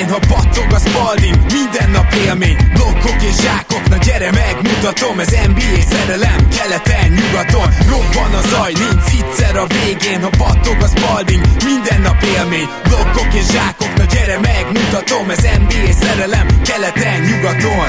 végén, ha battog a Spalding, minden nap élmény, blokkok és zsákok, na gyere megmutatom, ez NBA szerelem, keleten, nyugaton, robban a zaj, nincs egyszer a végén, ha battog a Spalding, minden nap élmény, blokkok és zsákok, na gyere megmutatom, ez NBA szerelem, keleten, nyugaton.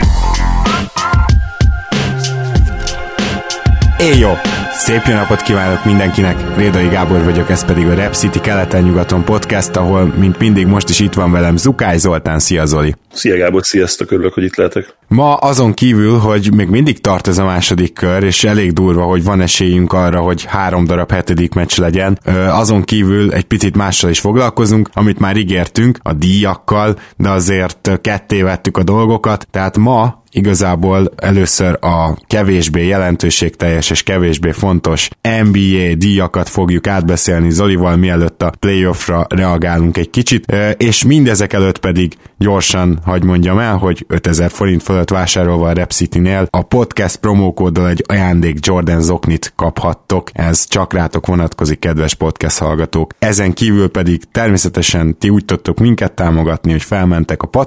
Éjjó! Szép jó napot kívánok mindenkinek, Rédai Gábor vagyok, ez pedig a Rap City keleten-nyugaton podcast, ahol, mint mindig, most is itt van velem Zukály Zoltán. Szia Zoli! Szia Gábor, sziasztok, örülök, hogy itt lehetek. Ma azon kívül, hogy még mindig tart ez a második kör, és elég durva, hogy van esélyünk arra, hogy 3 darab 7. meccs legyen, azon kívül egy picit mással is foglalkozunk, amit már ígértünk, a díjakkal, de azért ketté vettük a dolgokat, tehát ma igazából először a kevésbé jelentőségteljes és kevésbé fontos NBA díjakat fogjuk átbeszélni Zolival, mielőtt a playoffra reagálunk egy kicsit, és mindezek előtt pedig gyorsan hadd mondjam el, hogy 5000 forint fölött vásárolva a Rap City-nél a podcast promókóddal egy ajándék Jordan zoknit kaphattok, ez csak rátok vonatkozik, kedves podcast hallgatók. Ezen kívül pedig természetesen ti úgy tudtok minket támogatni, hogy felmentek a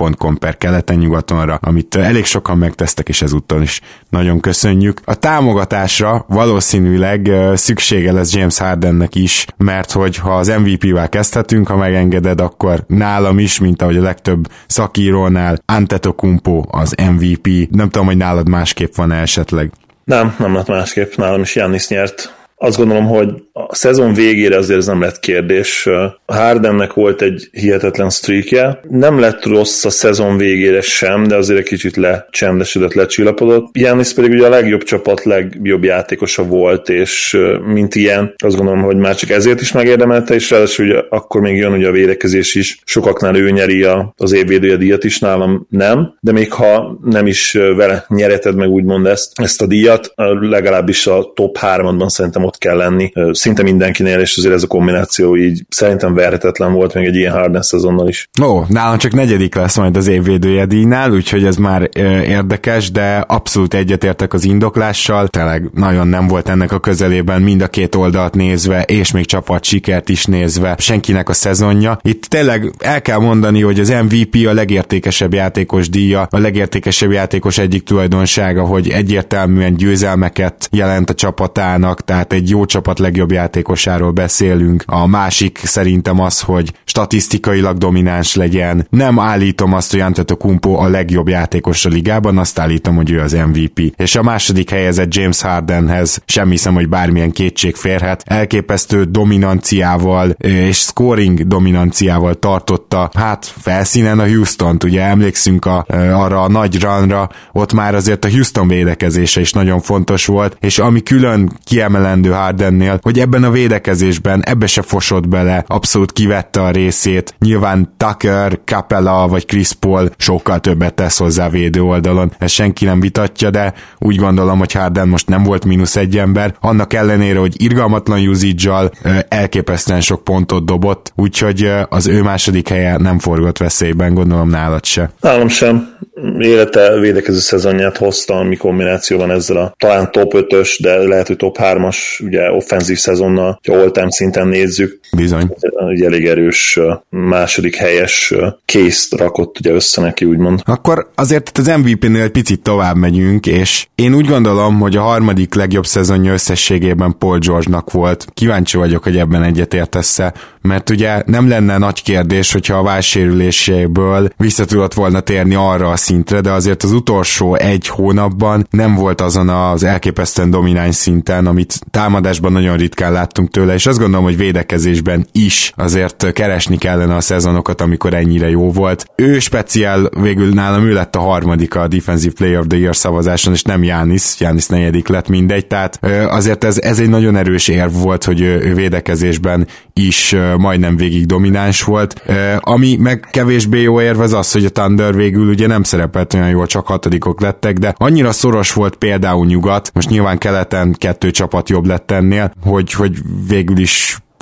patreon.com/keleten-nyugatonra, amit elég sokan megtesztek, és ezúttal is nagyon köszönjük. A támogatásra valószínűleg szüksége lesz James Hardennek is, mert hogy ha az MVP-vel kezdhetünk, ha megengeded, akkor nálam is, mint ahogy a legtöbb szakírónál, Antetokounmpo az MVP. Nem tudom, hogy nálad másképp van esetleg. Nem lett másképp, nálam is Giannis nyert. Azt gondolom, hogy a szezon végére azért ez nem lett kérdés. Hardennek volt egy hihetetlen streakje. Nem lett rossz a szezon végére sem, de azért egy kicsit lecsendesedett, lecsillapodott. Giannis pedig ugye a legjobb csapat legjobb játékosa volt, és mint ilyen, azt gondolom, hogy már csak ezért is megérdemelte, és ráadásul ugye akkor még jön ugye a védekezés is. Sokaknál ő nyeri az évvédője díjat is, nálam nem, de még ha nem is vele nyereted meg úgymond ezt a díjat, legalábbis a top 3-ban szerintem ott kell lenni. Szinte mindenkinél, és azért ez a kombináció így szerintem verhetetlen volt még egy ilyen Harden szezonnal is. Nálam csak 4. lesz majd az évvédője díjnál, úgyhogy ez már érdekes, de abszolút egyetértek az indoklással. Tényleg nagyon nem volt ennek a közelében mind a két oldalt nézve, és még csapat sikert is nézve senkinek a szezonja. Itt tényleg el kell mondani, hogy az MVP a legértékesebb játékos díja, a legértékesebb játékos egyik tulajdonsága, hogy egyértelműen győzelmeket jelent a csapatának, tehát egy jó csapat legjobb játékosáról beszélünk. A másik szerintem az, hogy statisztikailag domináns legyen. Nem állítom azt, hogy Antetokounmpo a legjobb játékos a ligában, azt állítom, hogy ő az MVP. És a második helyezett James Hardenhez sem hiszem, hogy bármilyen kétség férhet. Elképesztő dominanciával és scoring dominanciával tartotta felszínen a Houstont. Ugye emlékszünk arra a nagy runra, ott már azért a Houston védekezése is nagyon fontos volt, és ami külön kiemelendő Hardennél, hogy ebben a védekezésben ebbe se fosott bele, abszolút kivette a részét. Nyilván Tucker, Capella vagy Chris Paul sokkal többet tesz hozzá védő oldalon, ezt senki nem vitatja, de úgy gondolom, hogy Harden most nem volt -1 ember, annak ellenére, hogy irgalmatlan usage-al elképesztően sok pontot dobott, úgyhogy az ő második helye nem forgott veszélyben, gondolom nálad se. Nálam sem. Élete védekező szezonját hozta, ami kombinációban ezzel a talán top 5-ös, de lehet, hogy top 3-as ugye offenzív szezonnal, ha all-time szinten nézzük. Bizony. Egy elég erős második helyes case-t rakott ugye össze neki, úgymond. Akkor azért az MVP-nél egy picit tovább megyünk, és én úgy gondolom, hogy a harmadik legjobb szezonja összességében Paul George-nak volt. Kíváncsi vagyok, hogy ebben egyetértesz-e, mert ugye nem lenne nagy kérdés, hogyha a válsérüléséből vissza tudott volna térni arra a szintre, de azért az utolsó 1 hónapban nem volt azon az elképesztően domináns szinten, amit támadásban nagyon ritkán láttunk tőle, és azt gondolom, hogy védekezésben is azért keresni kellene a szezonokat, amikor ennyire jó volt. Ő speciál, végül nálam ő lett a harmadik a Defensive Player of the Year szavazáson, és nem Giannis 4. lett, mindegy, tehát azért ez egy nagyon erős érv volt, hogy ő védekezésben is majdnem végig domináns volt. Ami meg kevésbé jó érv az, hogy a Thunder végül ugye nem szerepelt olyan jól, csak 6. lettek, de annyira szoros volt például nyugat, most nyilván keleten 2 csapat jobb lett ennél, hogy végül is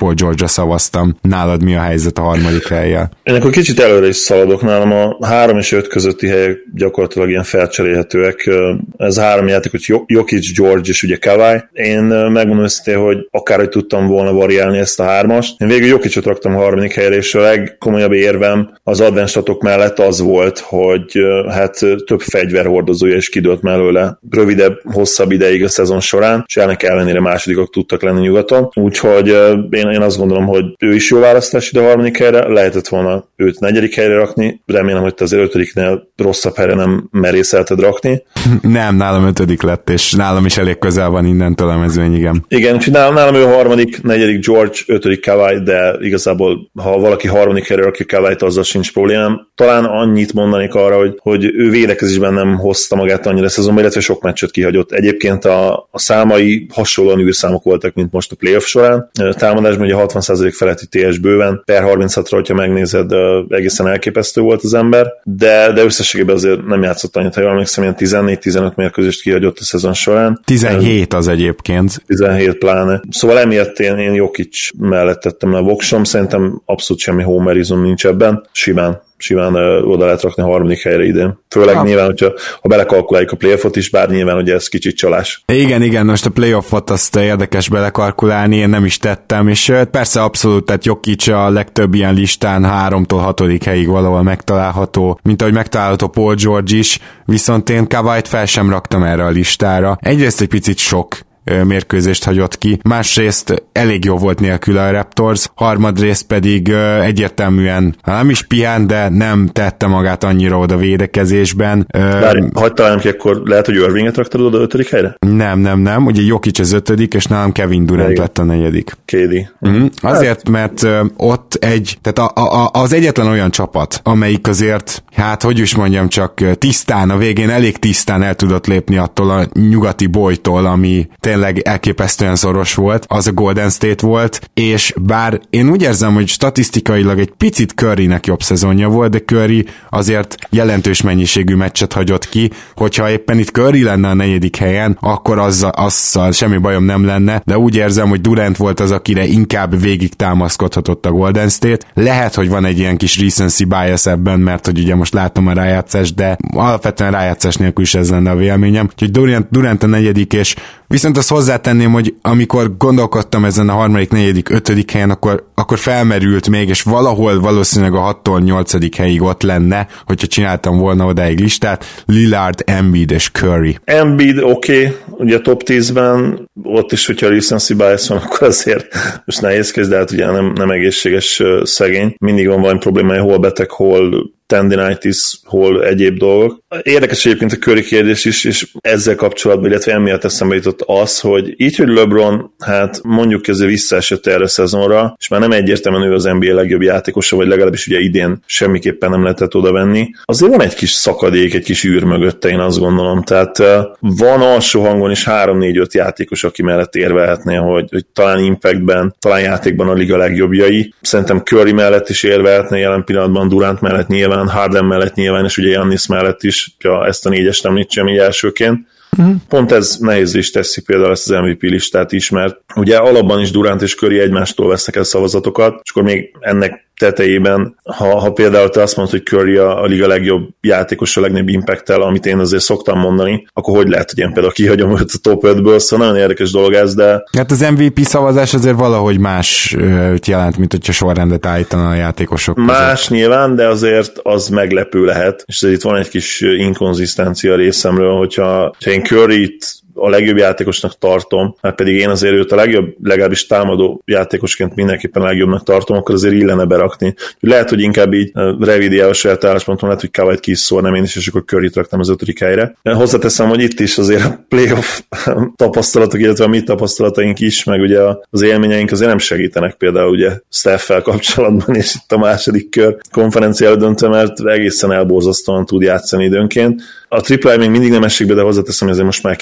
Paul George-ra szavaztam. Nálad mi a helyzet a harmadik hellyel? Én akkor kicsit előre is szaladok, nálam a 3 és 5 közötti helyek gyakorlatilag ilyen felcserélhetőek. Ez a 3 játékos, Jokic, George és ugye Kawhi. Én megmondom őszintén, hogy akárhogy tudtam volna variálni ezt a 3-ast. Én végül Jokicot raktam a harmadik helyre, és a legkomolyabb érvem az advanced mellett az volt, hogy hát több fegyverhordozója is kidőlt mellőle rövidebb, hosszabb ideig a szezon során, és ennek ellenére másodikak tudtak lenni nyugaton. Úgyhogy én azt gondolom, hogy ő is jó választás ide a harmadik helyre, lehetett volna őt 4. helyre rakni, remélem, hogy te az 5-nél rosszabb helyre nem merészelted rakni. Nem, nálam 5. lett, és nálam is elég közel van innentől a mezőny, igen. Igen, úgyhogy nálam ő a 3., 4. George, 5. Kawhi, de igazából, ha valaki 3. helyre rakja Kawhi-t, azzal sincs problémám. Talán annyit mondanék arra, hogy ő védekezésben nem hozta magát annyira a szezonban, illetve sok meccset kihagyott. Egyébként a számai hasonlóan űrszámok voltak, mint most a playoff során. Támadásban ugye 60% feletti TS bőven, per 36-ra, hogyha megnézed, egészen elképesztő volt az ember, de összességében azért nem játszott annyit, ha jól emlékszem, ilyen 14-15 mérkőzést kihagyott a szezon során. 17 az egyébként. 17 pláne. Szóval emiatt én Jokic mellett tettem le a voksom, szerintem abszolút semmi homerizm nincs ebben, simán oda lehet rakni a 3. helyre idén. Főleg nyilván, hogyha belekalkuláljuk a playoffot is, bár nyilván ugye ez kicsit csalás. Igen, most a playoffot azt érdekes belekalkulálni, én nem is tettem, és persze abszolút, tehát Jokic a legtöbb ilyen listán 3-tól 6. helyig valahol megtalálható, mint ahogy megtalálható Paul George is, viszont én Kawhi-t fel sem raktam erre a listára. Egyrészt egy picit sok mérkőzést hagyott ki, másrészt elég jó volt nélkül a Raptors, harmadrészt pedig egyértelműen nem is pihen, de nem tette magát annyira oda védekezésben. Bár hagyd találom ki, akkor lehet, hogy Irvinget raktad oda 5. helyre? Nem, ugye Jokic az 5. és nálam Kevin Durant lett a 4. KD. Azért, mert ott tehát az egyetlen olyan csapat, amelyik azért, hát hogy is mondjam, csak tisztán, a végén elég tisztán el tudott lépni attól a nyugati bolytól, ami tényleg elképesztően szoros volt, az a Golden State volt, és bár én úgy érzem, hogy statisztikailag egy picit Currynek jobb szezonja volt, de Curry azért jelentős mennyiségű meccset hagyott ki, hogyha éppen itt Curry lenne a 4. helyen, akkor azzal semmi bajom nem lenne, de úgy érzem, hogy Durant volt az, akire inkább végig támaszkodhatott a Golden State. Lehet, hogy van egy ilyen kis recency bias ebben, mert hogy ugye most látom a rájátszást, de alapvetően rájátszás nélkül is ez lenne a véleményem. Úgyhogy Durant a 4. és viszont azt hozzátenném, hogy amikor gondolkodtam ezen a 3., 4., 5. helyen, akkor felmerült még, és valahol valószínűleg a 6-tól 8. helyig ott lenne, hogyha csináltam volna odáig listát, Lillard, Embiid és Curry. Embiid oké, ugye a top 10-ben, ott is, hogyha a recency bias van, akkor azért most nehézkez, de hát ugye nem egészséges szegény. Mindig van valami problémája, hol beteg, hol tendinitis, hol egyéb dolgok. Érdekes egyébként a Curry kérdés is, és ezzel kapcsolatban, illetve emiatt eszembe jutott az, hogy így, hogy LeBron, hát mondjuk ezzel visszaesett erre a szezonra, és már nem egyértelműen ő az NBA legjobb játékosa, vagy legalábbis ugye idén semmiképpen nem lehetett oda venni. Azért van egy kis szakadék, egy kis űr mögötte, én azt gondolom. Tehát van alsó hangon is 3-4-5 játékos, aki mellett érvelhetné, hogy talán impactben, talán játékban a liga legjobbjai. Szerintem Curry mellett is érvelhetné jelen pillanatban, Durant mellett nyilván, Harden mellett nyilván, és ugye Giannis mellett is, ha ezt a 4-est említsem így elsőként. Pont ez nehéz is teszi például ezt az MVP listát is, mert ugye alapban is Durant és Curry egymástól vesznek el szavazatokat, és akkor még ennek tetejében, ha például te azt mondod, hogy Curry a liga legjobb játékos, a legnagyobb impact-tel, amit én azért szoktam mondani, akkor hogy lehet, hogy én például kihagyom őt a top 5-ből, szóval nagyon érdekes dolog ez, de... Hát az MVP szavazás azért valahogy más jelent, mint hogyha sorrendet állítana a játékosok között. Más nyilván, de azért az meglepő lehet, és azért itt van egy kis inkonzisztencia részemről, hogyha én Curryt a legjobb játékosnak tartom, mert pedig én azért őt a legjobb, legalábbis támadó játékosként mindenképpen a legjobbnak tartom, akkor azért illene berakni. Lehet, hogy inkább így revidiál a saját állásponton, lehet, hogy Kawhi-t ki is szórnám én is, és akkor Curryt raktam az 5. helyre. Hozzáteszem, hogy itt is azért a playoff tapasztalatok, illetve a mi tapasztalataink is, meg ugye az élményeink azért nem segítenek például ugye Steph-fel kapcsolatban, és itt a második kör konferencia elődöntő, mert egészen elborzasztóan tud játszani időnként. A tripláj még mindig nem esik be, de hozzáteszem, hogy azért most már kicsit javult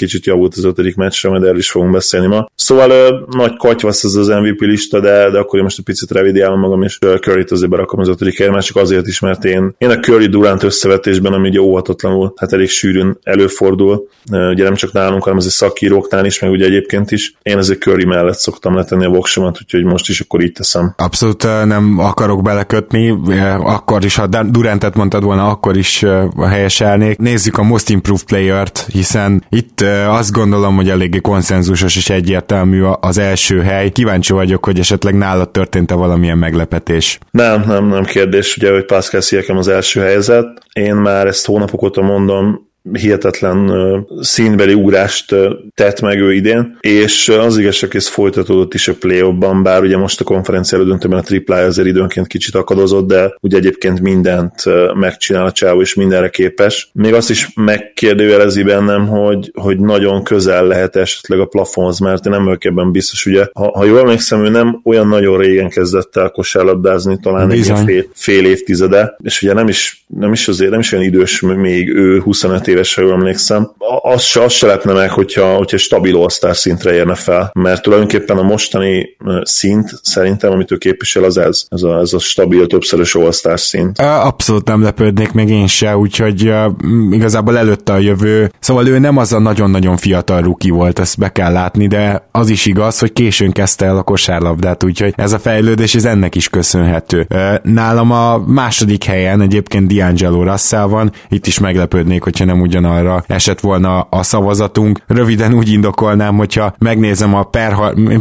indult az 5. meccsre, majd erről is fogunk beszélni ma. Szóval nagy katyvasz ez az MVP lista, de akkor én most egy picit revidiálom magam, és Curryt azért berakom az 5. helyre, már csak azért is, mert én a Curry-Durant összevetésben, ami ugye óhatatlanul, hát elég sűrűn előfordul, ugye nem csak nálunk, hanem azért szakíróknál is, meg ugye egyébként is. Én azért Curry mellett szoktam letenni a voksomat, úgyhogy most is akkor így teszem. Abszolút nem akarok belekötni, akkor is, ha Durantet mondtad volna, akkor is helyeselnék. Nézzük a Most Improved Player-t, hiszen itt azt gondolom, hogy eléggé konszenzusos és egyértelmű az első hely. Kíváncsi vagyok, hogy esetleg nálad történt-e valamilyen meglepetés. Nem kérdés, ugye, hogy Pascal Siakam az első helyzet. Én már ezt hónapok óta mondom, hihetetlen színbeli ugrást tett meg ő idén, és az igazság, ez folytatódott is a play-offban, bár ugye most a konferencia elődöntőben a triplája azért időnként kicsit akadozott, de ugye egyébként mindent megcsinál a csávó, és mindenre képes. Még azt is megkérdőjelezi bennem, hogy nagyon közel lehet esetleg a plafonhoz, mert én nem vagyok ebben biztos, ugye. Ha jól emlékszem, ő nem olyan nagyon régen kezdett el kosárlabdázni, talán egy fél évtizede, és ugye nem is olyan idős, még ő 25 éves, ha jól emlékszem. Az se lepne meg, hogyha stabil all-star szintre érne fel, mert tulajdonképpen a mostani szint szerintem, amit ő képvisel, az ez a stabil, többszörös all-star szint. Abszolút nem lepődnék meg én se, úgyhogy igazából előtte a jövő. Szóval ő nem az a nagyon-nagyon fiatal rookie volt, ezt be kell látni, de az is igaz, hogy későn kezdte el a kosárlabdát, úgyhogy ez a fejlődés, ez ennek is köszönhető. Nálam a második helyen egyébként D'Angelo Russell van, itt is meglepődnék, hogyha nem ugyanarra esett volna a szavazatunk. Röviden úgy indokolnám, hogyha megnézem per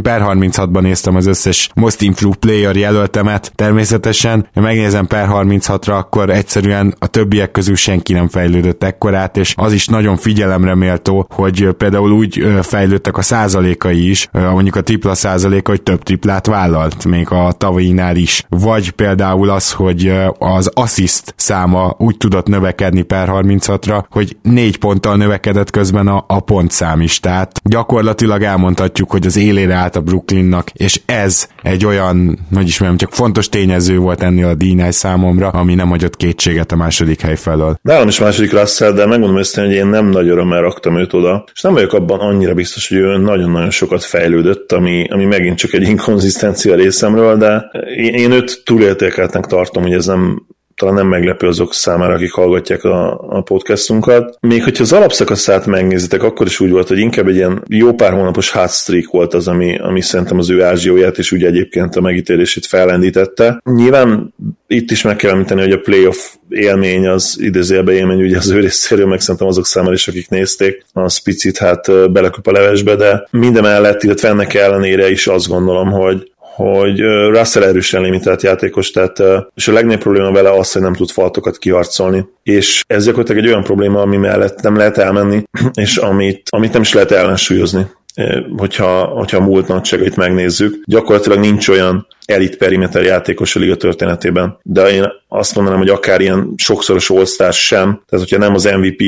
36-ban néztem az összes Most Improved Player jelöltemet, természetesen, ha megnézem per 36-ra, akkor egyszerűen a többiek közül senki nem fejlődött ekkorát, és az is nagyon figyelemre méltó, hogy például úgy fejlődtek a százalékai is, mondjuk a tripla százaléka, hogy több triplát vállalt, még a tavalyinál is. Vagy például az, hogy az assist száma úgy tudott növekedni per 36-ra, hogy 4 ponttal növekedett közben a pontszám is, tehát gyakorlatilag elmondhatjuk, hogy az élére állt a Brooklynnak, és ez egy olyan, csak fontos tényező volt ennél a díjnál számomra, ami nem hagyott kétséget a második hely felől. Nálam is második Russell, de megmondom őszintén, hogy én nem nagy örömmel raktam őt oda, és nem vagyok abban annyira biztos, hogy ő nagyon-nagyon sokat fejlődött, ami megint csak egy inkonzisztencia részemről, de én őt túlértékeltnek tartom, hogy ez talán nem meglepő azok számára, akik hallgatják a podcastunkat. Még hogyha az alapszakaszát megnézitek, akkor is úgy volt, hogy inkább egy ilyen jó pár hónapos hot streak volt az, ami szerintem az ő ázsióját, és ugye egyébként a megítélését fellendítette. Nyilván itt is meg kell említeni, hogy a playoff élmény, az idézőjelben élmény, ugye az ő részéről, meg szerintem azok számára is, akik nézték, az picit belekap a levesbe, de mindemellett, illetve ennek ellenére is azt gondolom, hogy Russell erősen limitált játékos, tehát, és a legnagyobb probléma vele az, hogy nem tud faltokat kiharcolni. És ez gyakorlatilag egy olyan probléma, ami mellett nem lehet elmenni, és amit nem is lehet ellensúlyozni. Hogyha a múlt nagyságait megnézzük. Gyakorlatilag nincs olyan elit perimeter játékos a liga történetében, de én azt mondanám, hogy akár ilyen sokszoros all-star sem, tehát hogyha nem az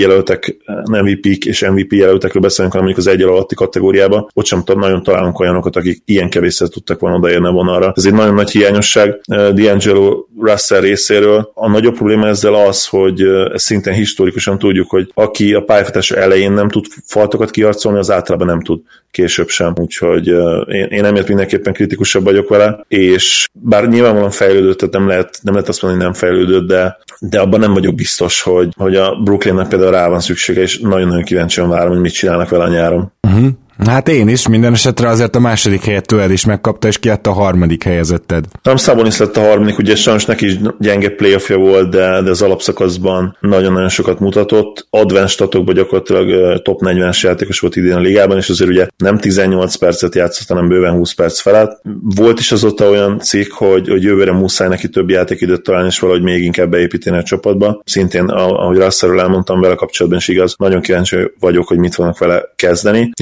MVP-k és MVP jelöltekről beszélünk, hanem mondjuk az egy alatti kategóriába, ott sem nagyon találunk olyanokat, akik ilyen kevésszer tudtak volna odaérni a vonalra. Ez egy nagyon nagy hiányosság D'Angelo Russell részéről. A nagyobb probléma ezzel az, hogy szintén historikusan tudjuk, hogy aki a pályafutása elején nem tud faltokat kiharcolni, az általában nem tud később sem. Úgyhogy én emiatt mindenképpen kritikusabb vagyok vele, és bár nyilvánvalóan fejlődött, tehát nem lehet azt mondani, hogy nem fejlődött, de abban nem vagyok biztos, hogy a Brooklynnak például rá van szüksége, és nagyon-nagyon kíváncsian várom, hogy mit csinálnak vele a nyáron. Uh-huh. Hát én is, minden esetre azért a második helyet tőled is megkapta, és ki lett a harmadik helyezetted. Nem, Sabonis lett a harmadik, ugye sajnos neki is gyenge playoffja volt, de az alapszakaszban nagyon-nagyon sokat mutatott. Advanced statokban gyakorlatilag top 40-es játékos volt idén a ligában, és azért ugye nem 18 percet játszott, hanem bőven 20 perc felett. Volt is azóta olyan cikk, hogy jövőre muszáj neki több játékidőt találni, és valahogy még inkább beépíteni a csapatba. Szintén, ahogy Russellről elmondtam, vele kapcsolatban is igaz, nagyon kíváncsi vagyok, hogy mit fognak vele kezdeni. Nyilván a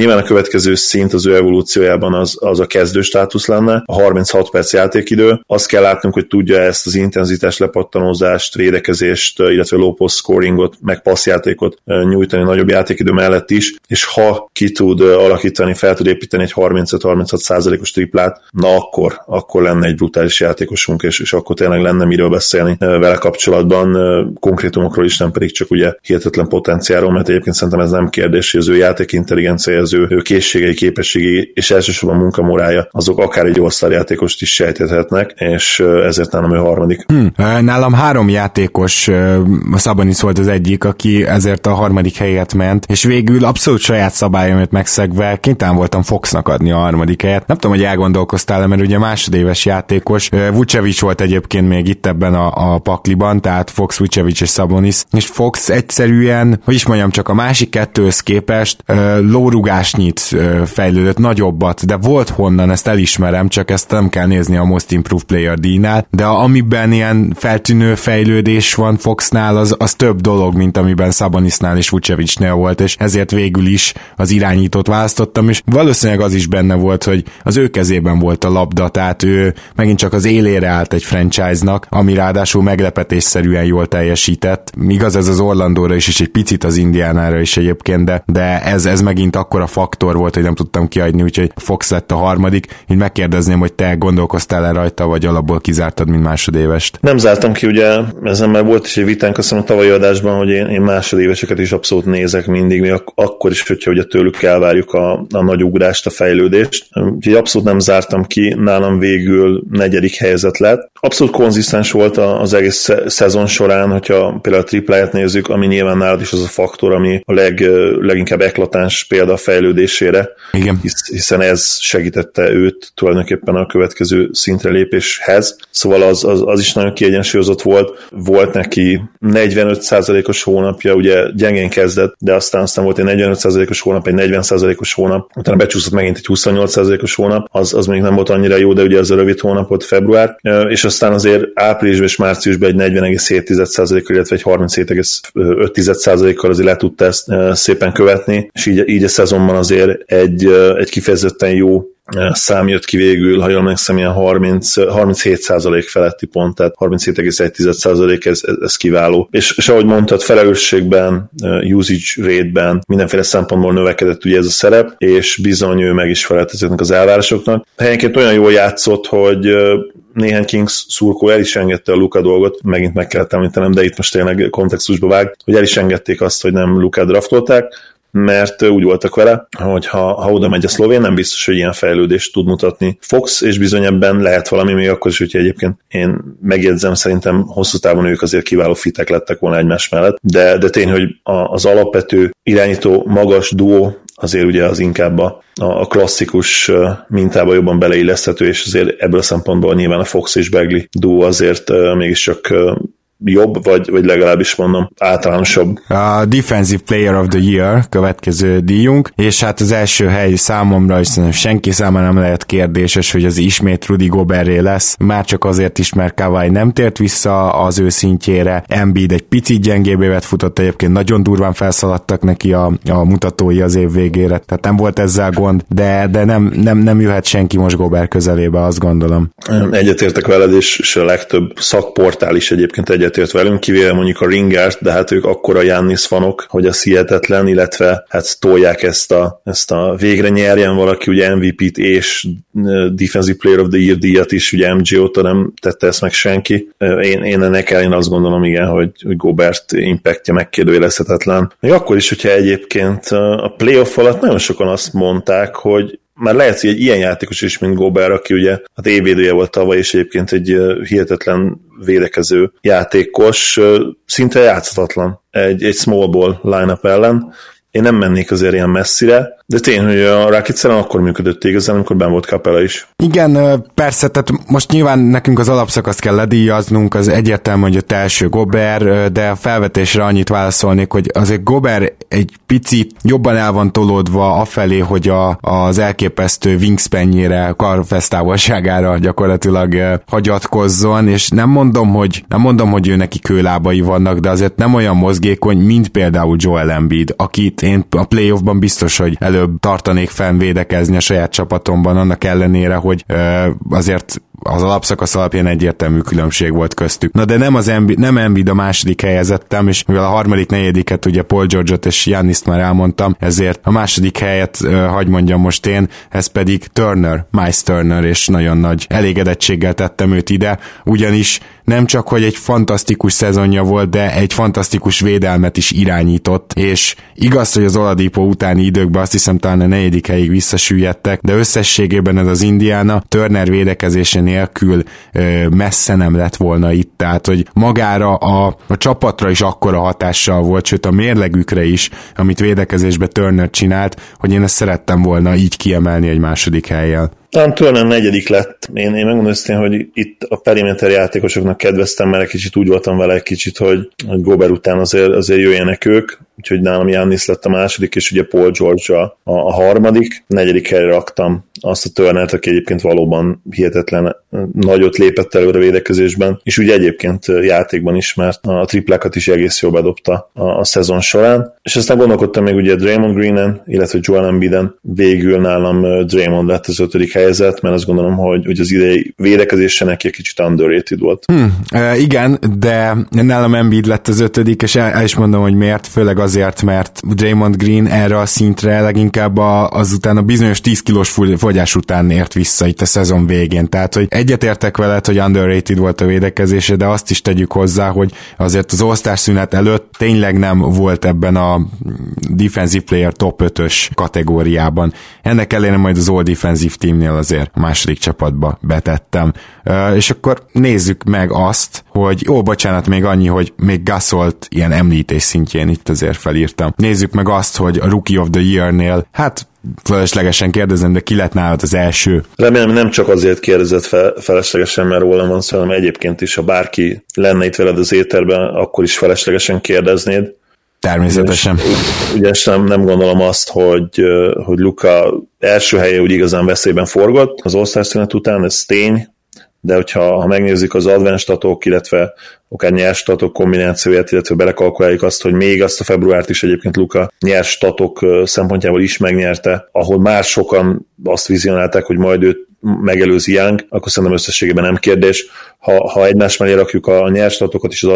következő szint az ő evolúciójában az a kezdő státusz lenne, a 36 perc játékidő. Azt kell látnunk, hogy tudja ezt az intenzitás, lepattanózást, védekezést, illetve low post scoringot, meg passzjátékot nyújtani nagyobb játékidő mellett is, és ha ki tud alakítani, fel tud építeni egy 35-36%-os triplát, na akkor lenne egy brutális játékosunk, és akkor tényleg lenne miről beszélni vele kapcsolatban, konkrétumokról is, nem pedig csak ugye hihetetlen potenciálról, mert egyébként szerintem ez nem kérdés, hogy az ő játék intelligencia, az ő készségei, képességei, és elsősorban munkamorálja, azok akár egy all-star játékost is sejthetnek, és ezért nálam ő harmadik. Nálam 3 játékos, Sabonis volt az egyik, aki ezért a harmadik helyet ment, és végül abszolút saját szabályomat megszegve kénytelen voltam Foxnak adni a harmadik helyet. Nem tudom, hogy elgondolkoztál, mert ugye másodéves játékos, Vucevic volt egyébként még itt ebben a pakliban, tehát Fox, Vucevic és Sabonis, és Fox egyszerűen, hogy is mondjam, csak a másik kettőhöz képest lórugásnyit fejlődött, nagyobbat, de volt honnan, ezt elismerem, csak ezt nem kell nézni a Most Improved Player díjnál, de amiben ilyen feltűnő fejlődés van Foxnál, az több dolog, mint amiben Sabonisnál és Vucevicnél volt, és ezért végül is az irányítót választottam, és valószínűleg az is benne volt, hogy az ő kezében volt a labda, tehát ő megint csak az élére állt egy franchise-nak, ami ráadásul meglepetésszerűen jól teljesített. Igaz, ez az Orlandóra is, és egy picit az Indiánára is egyébként, de ez megint akkora faktor volt, hogy nem tudtam kiadni, úgyhogy Fox lett a harmadik. Így megkérdezném, hogy te gondolkoztál-e rajta, vagy alapból kizártad, mint másodévest? Nem zártam ki, ugye ezen már volt is egy vitánk, azt hiszem a tavalyi adásban, hogy én másodéveseket is abszolút nézek mindig, még akkor is, hogyha ugye tőlük elvárjuk a nagy ugrást, a fejlődést. Úgyhogy abszolút nem zártam ki, nálam végül 4. helyzet lett. Abszolút konzisztens volt az egész szezon során, hogyha például a tripláját nézzük, ami nyilván nálad is az a faktor, ami a leginkább eklatáns példa a fejlődésére. Igen. Hiszen ez segítette őt tulajdonképpen a következő szintre lépéshez. Szóval az is nagyon kiegyensúlyozott volt. Volt neki 45%-os hónapja, ugye gyengén kezdett, de aztán volt egy 45%-os hónap, egy 40%-os hónap, utána becsúszott megint egy 28%-os hónap, az még nem volt annyira jó, de ugye az a rövid hónap volt február, és aztán azért áprilisban és márciusban egy 40,7%-kal, illetve egy 37,5%-kal azért le tudta ezt szépen követni, és így a szezonban azért egy kifejezetten jó szám jött ki végül, ha jól emlékszem, ilyen 37% feletti pont, tehát 37,1% ez kiváló. És ahogy mondtad, felelősségben, usage rate-ben, mindenféle szempontból növekedett ugye ez a szerep, és bizony ő meg is felelt ezeknek az elvárásoknak. Helyenként olyan jól játszott, hogy néhány Kings szurkó el is engedte a Luka dolgot, megint meg kellett említenem, de itt most tényleg kontextusba vág, hogy el is engedték azt, hogy nem Lukát draftolták, mert úgy voltak vele, hogy ha oda megy a szlovén, nem biztos, hogy ilyen fejlődést tud mutatni Fox, és bizony ebben lehet valami, még akkor is, hogyha egyébként én megjegyzem, szerintem hosszú távon ők azért kiváló fitek lettek volna egymás mellett, de tény, hogy az alapvető irányító magas duó azért ugye az inkább a klasszikus mintába jobban beleilleszthető, és azért ebből a szempontból nyilván a Fox és Bagley duó azért mégiscsak jobb, vagy legalábbis mondom, általánosabb. A Defensive Player of the Year következő díjunk, és hát az első hely számomra, és senki számára nem lehet kérdéses, hogy az ismét Rudy Goberté lesz, már csak azért is, mert Kawhi nem tért vissza az ő szintjére, Embiid egy picit gyengébb évet futott, egyébként nagyon durván felszaladtak neki a mutatói az év végére, tehát nem volt ezzel gond, de nem jöhet senki most Gobert közelébe, azt gondolom. Egyetértek veled, és a legtöbb szakportál is egyébként egyetért velünk, kivéve mondjuk a Ringert, de hát ők akkora Giannis fanok, hogy az hihetetlen, illetve hát tolják ezt a végre nyerjen valaki ugye MVP-t és Defensive Player of the Year díjat is, ugye MJ óta nem tette ezt meg senki. Én azt gondolom, igen, hogy Gobert impactja megkérdőjelezhetetlen. Még akkor is, hogyha egyébként a playoff alatt nagyon sokan azt mondták, hogy már lehet, hogy egy ilyen játékos is, mint Gobert, aki ugye hát évvédője volt tavaly, és egyébként egy hihetetlen védekező játékos, szinte játszhatatlan egy small ball line-up ellen. Én nem mennék azért ilyen messzire, de tény, hogy a Rockets ellen akkor működött igazán, amikor benn volt Capella is. Igen, persze, tehát most nyilván nekünk az alapszakaszt kell ledíjaznunk, az egyértelmű, hogy a első Gobert, de a felvetésre annyit válaszolnék, hogy azért Gobert egy picit jobban el van tolódva afelé, hogy az elképesztő wingspanjére, karfesztávolságára gyakorlatilag hagyatkozzon, és nem mondom, hogy ő neki kőlábai vannak, de azért nem olyan mozgékony, mint például Joel Embiid, akit én a playoffban biztos, hogy elő előbb tartanék fenn védekezni a saját csapatomban, annak ellenére, hogy azért az alapszakasz alapján egyértelmű különbség volt köztük. Na de nem Embiid a második helyezettem, és mivel a harmadik, negyediket ugye Paul George-ot és Giannist már elmondtam, ezért a második helyet hadd mondjam most én, ez pedig Miles Turner, és nagyon nagy elégedettséggel tettem őt ide, ugyanis nem csak, hogy egy fantasztikus szezonja volt, de egy fantasztikus védelmet is irányított, és igaz, hogy az Oladipo utáni időkben azt hiszem talán a negyedik helyig visszasüllyedtek, de összességében ez az Indiana Turner védekezése nélkül messze nem lett volna itt, tehát hogy magára a csapatra is akkora hatással volt, sőt a mérlegükre is, amit védekezésbe Turner csinált, hogy én ezt szerettem volna így kiemelni egy második hellyel. Talán Turner negyedik lett. Én megmondom őszintén, hogy itt a periméter játékosoknak kedveztem, mert egy kicsit úgy voltam vele egy kicsit, hogy Gobert után azért jöjjenek ők, úgyhogy nálam Giannis lett a második, és ugye Paul George a harmadik. Negyedik helyre raktam azt a Turnert, aki egyébként valóban hihetetlen nagyot lépett előre védekezésben, és ugye egyébként játékban is, mert a triplákat is egész jól bedobta a szezon során. És aztán gondolkodtam még ugye Draymond Greenen, illetve Joel Embiiden, végül nálam Draymond lett az 5. helyezett, mert azt gondolom, hogy az idei védekezése neki egy kicsit underrated volt. Igen, de nálam Embiid lett az 5. és el is mondom, hogy miért, főleg azért, mert Draymond Green erre a szintre leginkább azután a bizonyos 10 kilós fogyás után ért vissza itt a szezon végén. Tehát, hogy egyetértek veled, hogy underrated volt a védekezése, de azt is tegyük hozzá, hogy azért az All-Star szünet előtt tényleg nem volt ebben a Defensive Player top 5-ös kategóriában. Ennek ellenére majd az All Defensive Teamnél azért a második csapatba betettem. És akkor nézzük meg azt, hogy bocsánat, még annyi, hogy még Gasolt ilyen említés szintjén itt azért felírtam. Nézzük meg azt, hogy a Rookie of the Year-nél, hát feleslegesen kérdezem, de ki lett nálad az első? Remélem, nem csak azért kérdezett feleslegesen, mert rólam van szó, hanem egyébként is, ha bárki lenne itt veled az éterben, akkor is feleslegesen kérdeznéd. Természetesen. Ugyanis nem gondolom azt, hogy Luka első helye úgy igazán veszélyben forgott az All-Star szünet után, ez tény, de hogyha megnézzük az advanced statok, illetve akár nyers statok kombinációját, illetve belekalkuláljuk azt, hogy még azt a februárt is egyébként Luka nyers statok szempontjából is megnyerte, ahol már sokan azt vizionálták, hogy majd őt megelőzi Young, akkor szerintem összességében nem kérdés. Ha egymás mellé rakjuk a nyers statokat és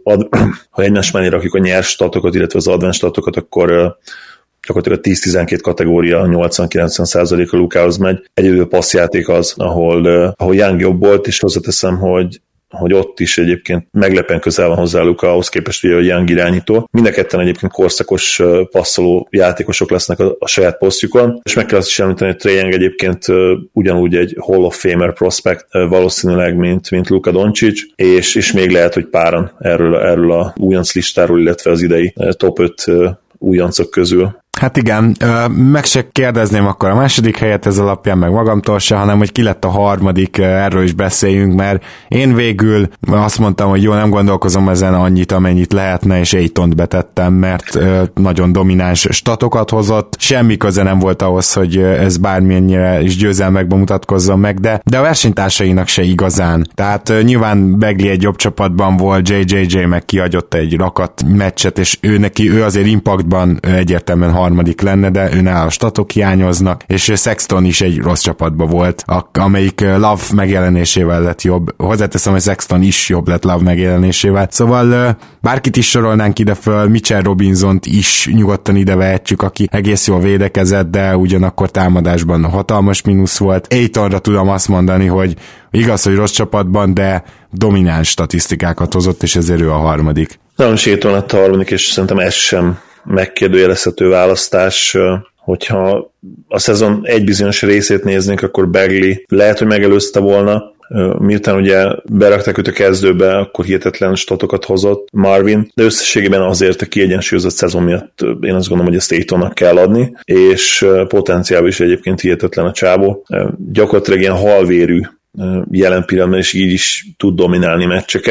ha egymás mellé rakjuk a nyers statokat, illetve az advanced statokat, akkor gyakorlatilag a 10-12 kategória 80-90%-a Lukához megy. Egyedül passzjáték az, ahol Young jobb volt, és hozzáteszem, hogy ott is egyébként meglepen közel van hozzá Luka, ahhoz képest, hogy Young irányító. Mind a ketten egyébként korszakos passzoló játékosok lesznek a saját posztjukon, és meg kell azt is említeni, hogy Trae Young egyébként ugyanúgy egy Hall of Famer prospect valószínűleg, mint Luka Doncic, és még lehet, hogy páran erről a újonc listáról, illetve az idei top 5 újoncok közül. Hát igen, meg se kérdezném akkor a második helyet ez alapján, meg magamtól se, hanem hogy ki lett a harmadik, erről is beszéljünk, mert én végül azt mondtam, hogy jó, nem gondolkozom ezen annyit, amennyit lehetne, és Aytont betettem, mert nagyon domináns statokat hozott, semmi köze nem volt ahhoz, hogy ez bármilyennyire is győzelmekben mutatkozzon meg, de a versenytársainak se igazán. Tehát nyilván Bagley egy jobb csapatban volt, JJJ meg kihagyott egy rakat meccset, és ő azért impactban egyértelműen harmadik lenne, de őnál a statok hiányoznak, és Sexton is egy rossz csapatban volt, amelyik Love megjelenésével lett jobb. Hozzáteszem, hogy Sexton is jobb lett Love megjelenésével. Szóval bárkit is sorolnánk ide föl, Mitchell Robinsont is nyugodtan ide vehetjük, aki egész jól védekezett, de ugyanakkor támadásban hatalmas mínusz volt. Aytonra tudom azt mondani, hogy igaz, hogy rossz csapatban, de domináns statisztikákat hozott, és ezért ő a harmadik. Nagyon is Ayton lett a harmadik, és szerintem ez sem megkérdőjelezhető választás. Hogyha a szezon egy bizonyos részét néznénk, akkor Bagley lehet, hogy megelőzte volna. Miután ugye berakták őt a kezdőbe, akkor hihetetlen statokat hozott Marvin, de összességében azért a kiegyensúlyozott szezon miatt én azt gondolom, hogy ezt Aytonnak kell adni, és potenciálban is egyébként hihetetlen a csávó. Gyakorlatilag ilyen halvérű jelen pillanatban, és így is tud dominálni meccseket.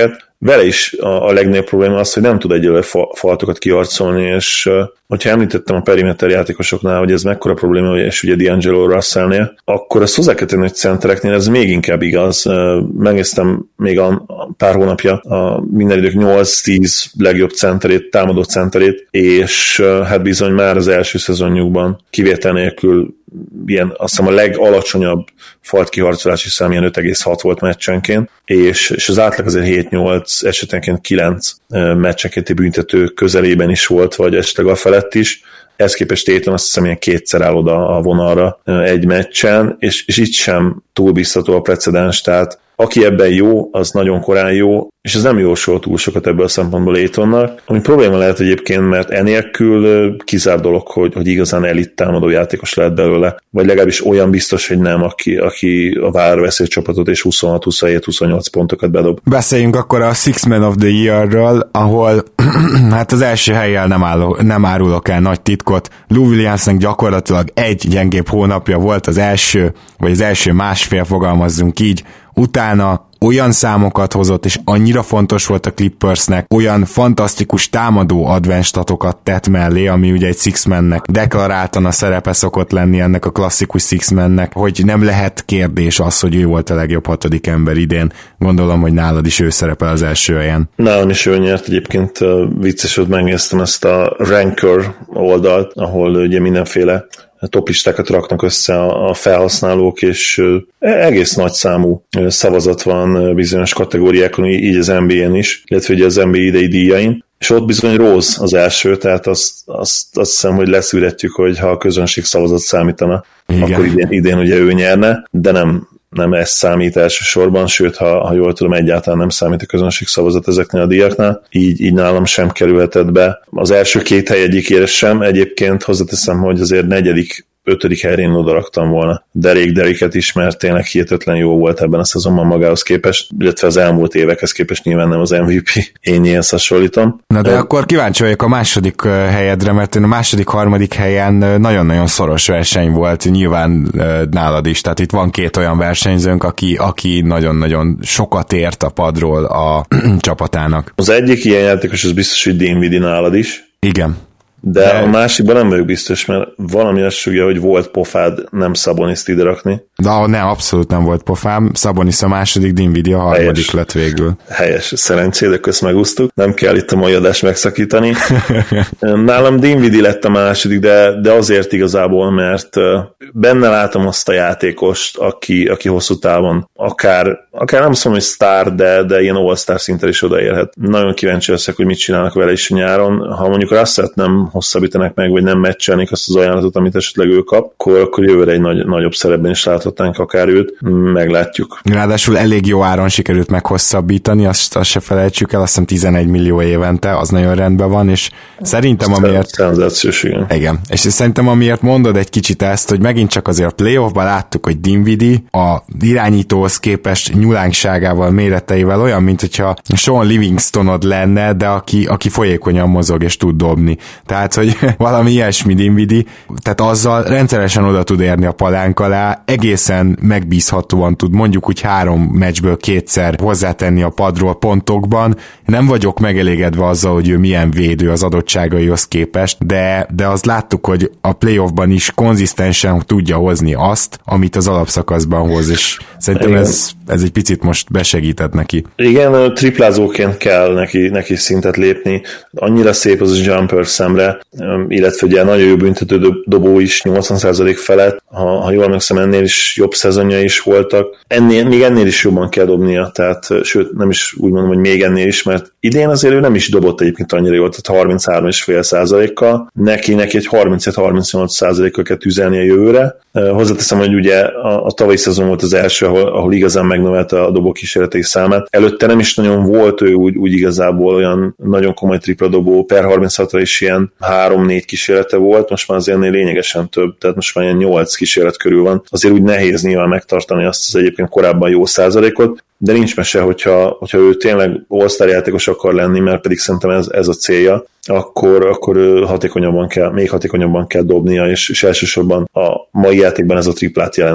vele is a legnagyobb probléma az, hogy nem tud egyelőre faltokat kiharcolni, és hogyha említettem a perimeter játékosoknál, hogy ez mekkora probléma, és ugye D'Angelo Russellnél, akkor azt hozzá kell tenni, hogy centereknél ez még inkább igaz. Megnéztem még a pár hónapja a minden idők 8-10 legjobb centerét, támadó centerét, és hát bizony már az első szezonjukban kivétel nélkül ilyen, azt hiszem a legalacsonyabb falt kiharcolási szám ilyen 5,6 volt meccsenként, és az átlag azért 7-8, esetenként 9 meccsenkénti büntető közelében is volt, vagy esetleg a felett is. Ezt képest Tatum azt hiszem ilyen kétszer áll oda a vonalra egy meccsen, és itt sem túl biztató a precedens, tehát aki ebben jó, az nagyon korán jó, és ez nem jósol túl sokat ebből a szempontból Aytonnak, ami probléma lehet egyébként, mert enélkül kizár dolog, hogy igazán elit támadó játékos lehet belőle, vagy legalábbis olyan biztos, hogy nem, aki a vállra veszi a csapatot, és 26-27-28 pontokat bedob. Beszéljünk akkor a Six Man of the Year-ről, ahol hát az első helyen nem árulok el nagy titkot. Lou Williamsnek gyakorlatilag egy gyengébb hónapja volt az első, vagy az első másfél, fogalmazzunk így, utána olyan számokat hozott, és annyira fontos volt a Clippersnek, olyan fantasztikus támadó advanced statokat tett mellé, ami ugye egy six-mannek deklaráltan a szerepe szokott lenni ennek a klasszikus six-mannek, hogy nem lehet kérdés az, hogy ő volt a legjobb 6. ember idén. Gondolom, hogy nálad is ő szerepel az első helyen. Nálam is ő nyert, egyébként vicces, hogy megnéztem ezt a Ranker oldalt, ahol ugye mindenféle toplistákat raknak össze a felhasználók, és egész nagy számú szavazat van bizonyos kategóriákon, így az NBA-n is, illetve ugye az NBA idei díjain, és ott bizony Rose az első, tehát azt hiszem, hogy leszűrhetjük, hogy ha a közönség szavazat számítana, igen, akkor idén ugye ő nyerne, de nem ez számít elsősorban, sőt, ha jól tudom, egyáltalán nem számít a közönség szavazat ezeknél a díjaknál, így nálam sem kerülhetett be. Az első két hely egyikére sem, egyébként hozzáteszem, hogy azért 4., 5. helyre én odaraktam volna Dereket is, mert tényleg hihetetlen jó volt ebben a szezonban magához képest, illetve az elmúlt évekhez képest nyilván nem az MVP, én ilyen hasonlítom. Na de akkor kíváncsi vagyok a második helyedre, mert én a második, harmadik helyen nagyon-nagyon szoros verseny volt, nyilván nálad is, tehát itt van két olyan versenyzőnk, aki nagyon-nagyon sokat ért a padról a csapatának. Az egyik ilyen játékos, az biztos, hogy Dinwiddie nálad is. Igen. De a másikban nem vagyok biztos, mert valami azt sugja, hogy volt pofád nem Szaboniszt ide rakni. De nem, abszolút nem volt pofám. Szabonisz a második, Dinwiddie a harmadik lett végül. Helyes, szerencsére közt megúsztuk. Nem kell itt a mai adást megszakítani. Nálam Dinwiddie lett a második, de azért igazából, mert benne látom azt a játékost, aki hosszú távon akár nem azt mondom, hogy sztár, de ilyen all-star szinten is odaérhet. Nagyon kíváncsi leszek, hogy mit csinálnak vele is nyáron. Ha mondjuk azt nem hosszabbítanak meg, vagy nem meccselnék azt az ajánlatot, amit esetleg ő kap, akkor jövőre egy nagyobb szerepben is láthatnánk akár őt, meglátjuk. Ráadásul elég jó áron sikerült meghosszabbítani, azt se felejtsük el, azt hiszem 11 millió évente, az nagyon rendben van, és szerintem amiért... Szenzációs, igen. Igen, és szerintem amiért mondod egy kicsit ezt, hogy megint csak azért a playoffban láttuk, hogy Dinwiddie a irányítóhoz képest nyulánkságával, méreteivel olyan, mint hogyha Sean Livingstonod lenne, de aki folyékonyan mozog és tud dobni. Tehát, hogy valami ilyesmi Dinwiddie, tehát azzal rendszeresen oda tud érni a palánk alá, egészen megbízhatóan tud mondjuk úgy 3 meccsből 2-szer hozzátenni a padról pontokban. Nem vagyok megelégedve azzal, hogy ő milyen védő az adottságaihoz képest, de azt láttuk, hogy a playoffban is konzisztensen tudja hozni azt, amit az alapszakaszban hoz, és szerintem ez egy picit most besegített neki. Igen, triplázóként kell neki szintet lépni, annyira szép az a jumper szemre, illetve ugye nagyon jó büntető dobó is 80% felett, ha jól emlékszem, ennél is jobb szezonja is voltak. Még ennél is jobban kell dobnia, tehát sőt, nem is úgy mondom, hogy még ennél is, mert idén azért ő nem is dobott egyébként annyira jól, tehát 33,5%-kal, neki egy 37-38%-kal kell tüzelni a jövőre. Hozzáteszem, hogy ugye a tavalyi szezon volt az első, ahol igazán megnövelte a dobó kísérletei számát. Előtte nem is nagyon volt ő úgy igazából olyan nagyon komoly tripla dobó, per 36-ra is ilyen 3-4 kísérlete volt, most már azért lényegesen több, tehát most már ilyen 8 kísérlet körül van. Azért úgy nehéz nyilván megtartani azt az egyébként korábban jó százalékot, de nincs mese, hogyha ő tényleg all-star játékos akar lenni, mert pedig szerintem ez a célja, akkor még hatékonyabban kell dobnia, és elsősorban a mai játékban ez a triplát jelenti.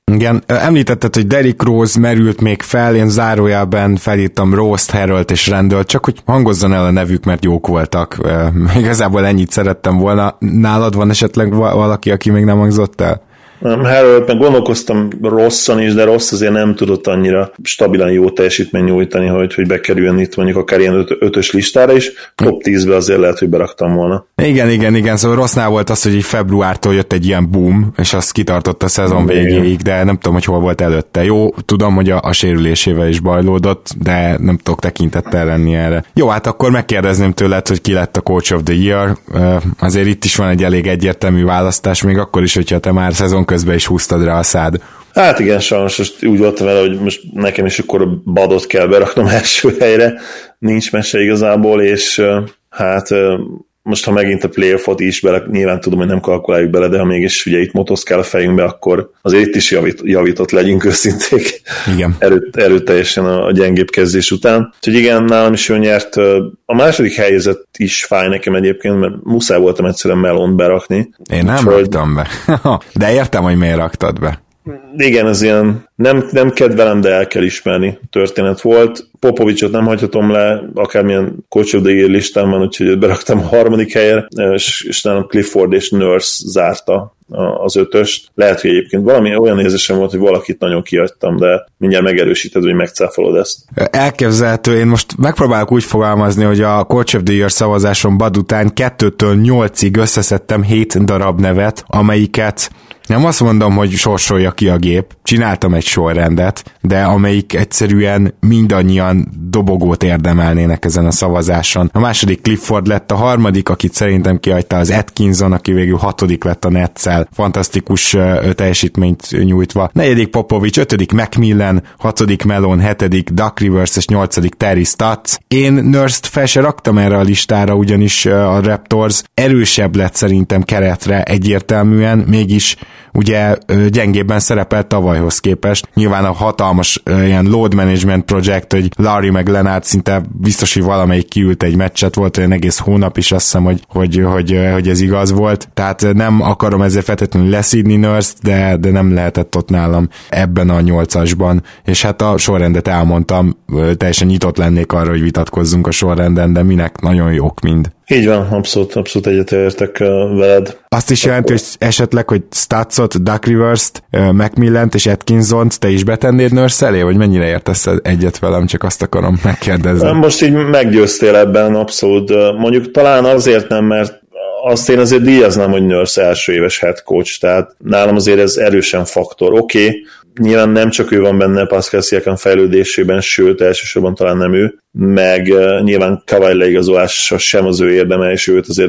Igen, említetted, hogy Derrick Rose merült még fel, én zárójelben felírtam Rose-t, Harrell-t és Randall, csak hogy hangozzon el a nevük, mert jók voltak. Igazából ennyit szerettem volna. Nálad van esetleg valaki, aki még nem hangzott el? Harrell-t meg gondolkoztam Rosson is, de Ross azért nem tudott annyira stabilan jó teljesítmény nyújtani, hogy bekerüljön itt mondjuk akár ilyen 5-ös listára is. Top 10-be azért lehet, hogy beraktam volna. Igen, szóval Rossnál volt az, hogy így februártól jött egy ilyen boom, és azt kitartott a szezon végéig, de nem tudom, hogy hol volt előtte. Jó, tudom, hogy a sérülésével is bajlódott, de nem tudok tekintettel lenni erre. Jó, hát akkor megkérdezném tőled, hogy ki lett a Coach of the Year. Azért itt is van egy elég egyértelmű választás, még akkor is, hogyha te már szezon közben is húztad rá a szád. Hát igen, sajnos most úgy voltam vele, hogy most nekem is akkor a Badot kell beraknom első helyre, nincs mese igazából, és hát most ha megint a playoffot is bele, nyilván tudom, hogy nem kalkuláljuk bele, de ha mégis ugye itt motoszkál a fejünkbe, akkor azért itt is javított legyünk őszinték. Igen. Erőteljesen a gyengébb kezdés után. Úgyhogy igen, nálam is ő nyert. A második helyzet is fáj nekem egyébként, mert muszáj voltam egyszerűen Melont berakni. Én nem raktam be. De értem, hogy miért raktad be. Igen, ez ilyen nem kedvelem, de el kell ismerni történet volt. Popovicsot nem hagyhatom le, akármilyen Coach of the Year listán van, úgyhogy beraktam a harmadik helyre, és nálam Clifford és Nurse zárta az 5-öst. Lehet, hogy egyébként valami olyan érzésem volt, hogy valakit nagyon kihagytam, de mindjárt megerősíted, hogy megcáfolod ezt. Elképzelhető, én most megpróbálok úgy fogalmazni, hogy a Coach of the Year szavazáson Bud után 2-től 8-ig összeszedtem 7 darab nevet, amelyiket nem azt mondom, hogy sorsolja ki a gép, csináltam egy sorrendet, de amelyik egyszerűen mindannyian dobogót érdemelnének ezen a szavazáson. A második Clifford lett, a harmadik, akit szerintem kihagyta, az Atkinson, aki végül 6. lett a Netszel, fantasztikus teljesítményt nyújtva. 4. Popovics, 5. Macmillan, 6. Melon, 7. Duck Rivers és 8. Terry Stotts. Én Nurse-t fel se raktam erre a listára, ugyanis a Raptors erősebb lett szerintem keretre egyértelműen, mégis ugye gyengébben szerepelt tavalyhoz képest. Nyilván a hatalmas ilyen load management project, hogy Larry meg Leonard szinte biztos, hogy valamelyik kiült egy meccset, volt olyan egész hónap is, azt hiszem, hogy ez igaz volt. Tehát nem akarom ezért feltétlenül leszídni Nurse-t, de nem lehetett ott nálam ebben a 8-asban. És hát a sorrendet elmondtam, teljesen nyitott lennék arra, hogy vitatkozzunk a sorrenden, de minek nagyon jók mind. Így van, abszolút egyetértek veled. Azt is jelenti, hogy esetleg, hogy Statsot, Duck Rivers-t, Macmillant és Atkinsont te is betennéd Nurse elé, vagy mennyire értesz egyet velem, csak azt akarom megkérdezni. Most így meggyőztél ebben, abszolút. Mondjuk talán azért nem, mert azt én azért díjaznám, hogy Nurse első éves head coach, tehát nálam azért ez erősen faktor. Oké, nyilván nem csak ő van benne Pascal Siakam fejlődésében, sőt, elsősorban talán nem ő, meg nyilván Kawhi leigazolása sem az ő érdeme, és őt azért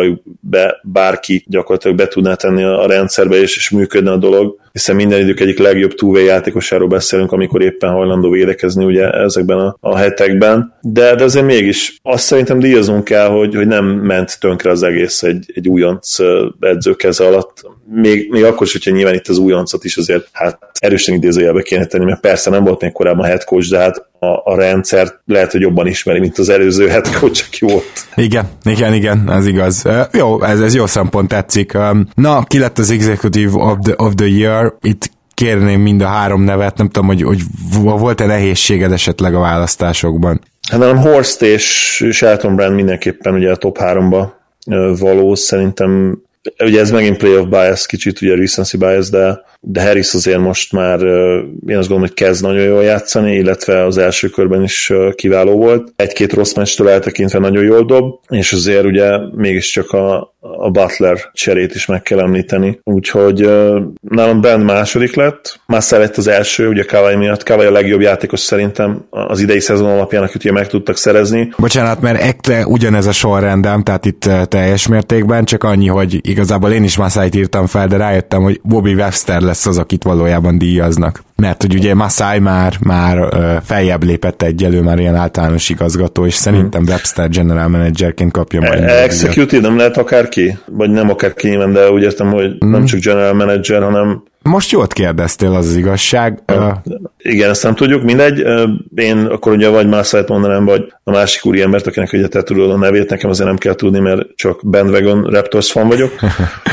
bárki gyakorlatilag be tudná tenni a rendszerbe, és működne a dolog, hiszen minden idők egyik legjobb two-way játékosáról beszélünk, amikor éppen hajlandó védekezni ugye ezekben a hetekben, de azért mégis azt szerintem díjaznunk kell, hogy nem ment tönkre az egész egy újonc edzőkeze alatt, még akkor is, hogyha nyilván itt az újoncot is azért hát erősen idézőjelbe kéne tenni, mert persze nem volt még korábban head coach, de hát a rendszert lehet, hogy jobban ismeri, mint az előző head coach, aki volt. Igen, ez igaz. Jó, ez jó szempont, tetszik. Na, ki lett az Executive of the Year? Itt kérném mind a 3 nevet, nem tudom, hogy volt-e nehézséged esetleg a választásokban? Hát nem, Horst és Elton Brand mindenképpen ugye a top 3-ba való, szerintem ugye ez megint playoff bias, kicsit ugye recency bias, de Harris azért most már én azt gondolom, hogy kezd nagyon jól játszani, illetve az első körben is kiváló volt. 1-2 rossz meccstől eltekintve nagyon jól dob, és azért ugye mégiscsak a Butler cserét is meg kell említeni. Úgyhogy nálam Brand második lett, Massa lett az első, ugye Kawhi miatt. Kawhi a legjobb játékos szerintem az idei szezon alapján, akit ugye meg tudtak szerezni. Bocsánat, mert ekte ugyanez a sorrendem, tehát itt teljes mértékben, csak annyi, hogy igazából én is Massait írtam fel, de rájöttem, hogy Bobby Webster lesz az, akit valójában díjaznak. Mert hogy ugye Masai már feljebb lépett egyelő, már ilyen általános igazgató, és szerintem Webster general managerként kapja majd. Executive nem lehet akárki? Vagy nem akárki nyilván, de úgy értem, hogy nem csak general manager, hanem... Most jót kérdeztél, az igazság. Igen, ezt nem tudjuk, mindegy. Én akkor ugye vagy Masait mondanám, vagy a másik úriembert, akinek ugye te tudod a nevét, nekem azért nem kell tudni, mert csak bandwagon Raptors fan vagyok.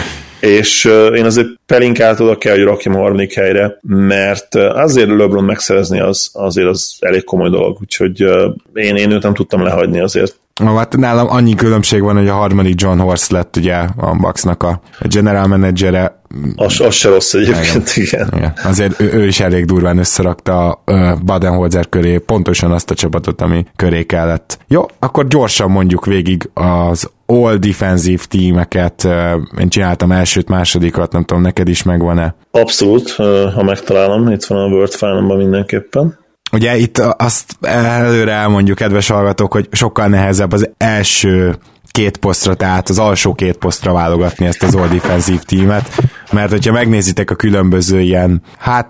és én azért Pelinkát oda kell, hogy rakjam a harmadik helyre, mert azért LeBron megszerezni azért az elég komoly dolog, úgyhogy én őt nem tudtam lehagyni azért. Hát nálam annyi különbség van, hogy a harmadik John Horst lett ugye a Bucksnak a general managere. Az se rossz egyébként, igen. Azért ő is elég durván összerakta a Budenholzer köré pontosan azt a csapatot, ami köré kellett. Jó, akkor gyorsan mondjuk végig az all defensive teameket. Én csináltam elsőt, másodikat, nem tudom, neked is megvan-e? Abszolút, ha megtalálom, itt van a Word file-omban mindenképpen. Ugye itt azt előre elmondjuk, kedves hallgatók, hogy sokkal nehezebb az első két posztra, tehát az alsó két posztra válogatni ezt az all defensive teamet, mert hogyha megnézitek a különböző ilyen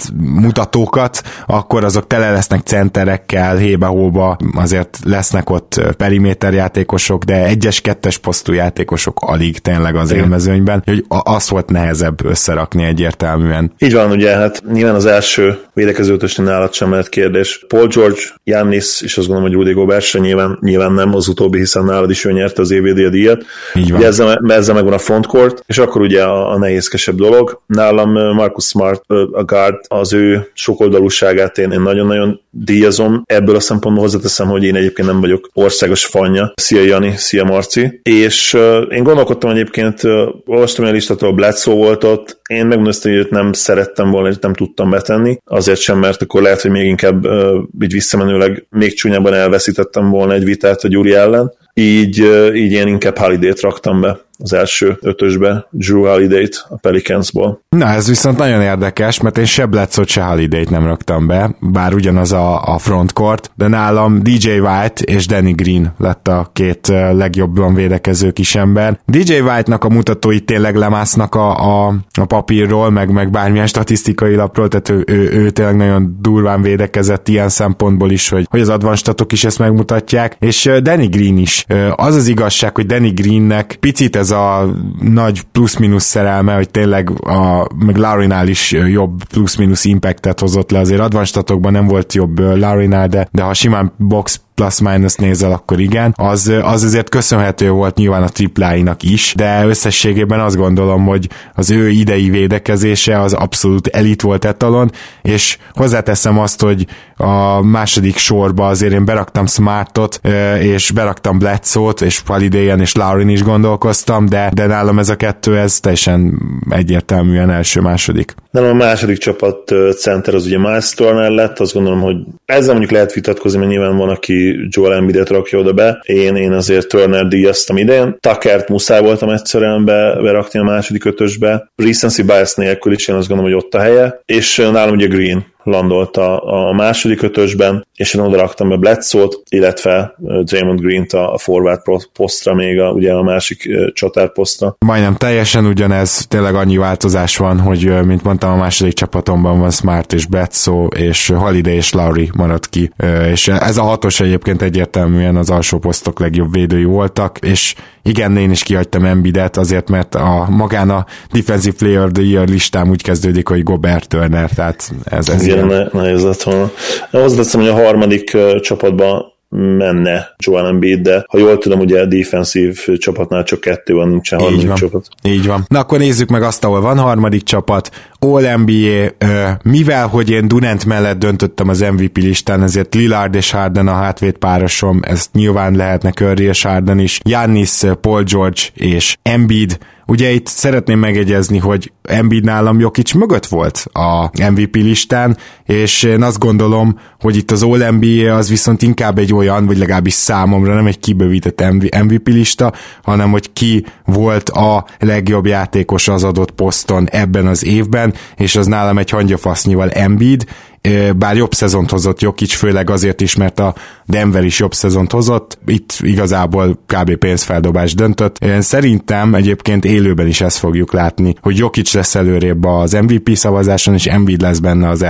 mutatókat, akkor azok tele lesznek centerekkel, hébe-hóba, azért lesznek ott periméterjátékosok, de egyes, kettes posztú játékosok alig tényleg az élmezőnyben, hogy az volt nehezebb összerakni egyértelműen. Így van, ugye, hát nyilván az első védekező ötösnél nálad sem lehet kérdés. Paul George, Giannis, és azt gondolom, hogy Rudy Gobert se nyilván nem az utóbbi, hiszen nálad is ő nyerte az EVD díjat. Ugye ezzel megvan a frontcourt, és akkor ugye a nehézkesebb dolog. Nálam Marcus Smart, a guard, az ő sokoldalúságát én nagyon-nagyon díjazom. Ebből a szempontból hozzáteszem, hogy én egyébként nem vagyok országos fanja. Szia Jani, szia Marci. És én gondolkodtam egyébként, olvastam egy listát, ahol Bledsoe volt ott. Én megmondom, hogy őt nem szerettem volna, hogy nem tudtam betenni. Azért sem, mert akkor lehet, hogy még inkább így visszamenőleg még csúnyában elveszítettem volna egy vitát a Gyuri ellen. Így én inkább Holiday-t raktam be az első ötösbe, Drew Holiday-t a Pelicansból. Na, ez viszont nagyon érdekes, mert én se Bledsoe-t, se Holiday-t nem raktam be, bár ugyanaz a frontcourt, de nálam DJ White és Danny Green lett a két legjobban védekező kisember. DJ White-nak a mutatói tényleg lemásznak a papírról, meg bármilyen statisztikai lapról, tehát ő tényleg nagyon durván védekezett ilyen szempontból is, hogy az advanced statok is ezt megmutatják, és Danny Green is. Az az igazság, hogy Danny Greennek picit ez a nagy plusz-minusz szerelme, hogy tényleg meg Lowrynál is jobb plusz-minusz impactet hozott le, azért advanced statokban nem volt jobb Lowrynál, de ha simán box plusz-minusz nézel, akkor igen. Az azért köszönhető volt nyilván a tripláinak is, de összességében azt gondolom, hogy az ő idei védekezése az abszolút elit volt etalon, és hozzáteszem azt, hogy a második sorba azért én beraktam Smartot, és beraktam Bledsoe-t, és Holiday-en és Lowryn is gondolkoztam, de nálam ez a kettő, ez teljesen egyértelműen első-második. Nem, a második csapat center az ugye Miles Turner lett, azt gondolom, hogy ezzel mondjuk lehet vitatkozni, mert nyilván van, aki Joel Embiidet rakja oda be. Én azért Turner díjaztam idején. Tuckert muszáj voltam egyszerűen berakni a második ötösbe. Recency bias nélkül is én azt gondolom, hogy ott a helye. És nálam ugye Green landolt a második ötösben, és én oda raktam be Bledsoe-t, illetve Draymond Green-t a forward posztra, még ugye a másik csatárposztra. Majdnem teljesen ugyanez, tényleg annyi változás van, hogy mint mondtam, a második csapatomban van Smart és Bledsoe, és Holiday és Lowry maradt ki, és ez a hatos egyébként egyértelműen az alsó posztok legjobb védői voltak, és igen, én is kihagytam Embiidet, azért, mert magán a Defensive Player of the Year listám úgy kezdődik, hogy Gobert, Turner, tehát ez igen, nehéz lett volna. Hozzáteszem, hogy a harmadik csapatban menne Joel Embiid, de ha jól tudom, ugye a defensív csapatnál csak kettő van, nincsen harmadik csapat. Így van. Na akkor nézzük meg azt, ahol van harmadik csapat. All-NBA, mivel, hogy én Durant mellett döntöttem az MVP listán, ezért Lillard és Harden a hátvéd párosom, ezt nyilván lehetne Curry és Harden is. Giannis, Paul George és Embiid. Ugye itt szeretném megjegyezni, hogy Embiid nálam Jokic mögött volt a MVP listán, és én azt gondolom, hogy itt az All-NBA az viszont inkább egy olyan, vagy legalábbis számomra nem egy kibővített MVP lista, hanem hogy ki volt a legjobb játékos az adott poszton ebben az évben, és az nálam egy hangyafasznnyival Embiid, bár jobb szezont hozott Jokic, főleg azért is, mert a Denver is jobb szezont hozott, itt igazából kb. Pénzfeldobás döntött. Én szerintem egyébként élőben is ezt fogjuk látni, hogy Jokic lesz előrébb az MVP szavazáson, és Embiid lesz benne az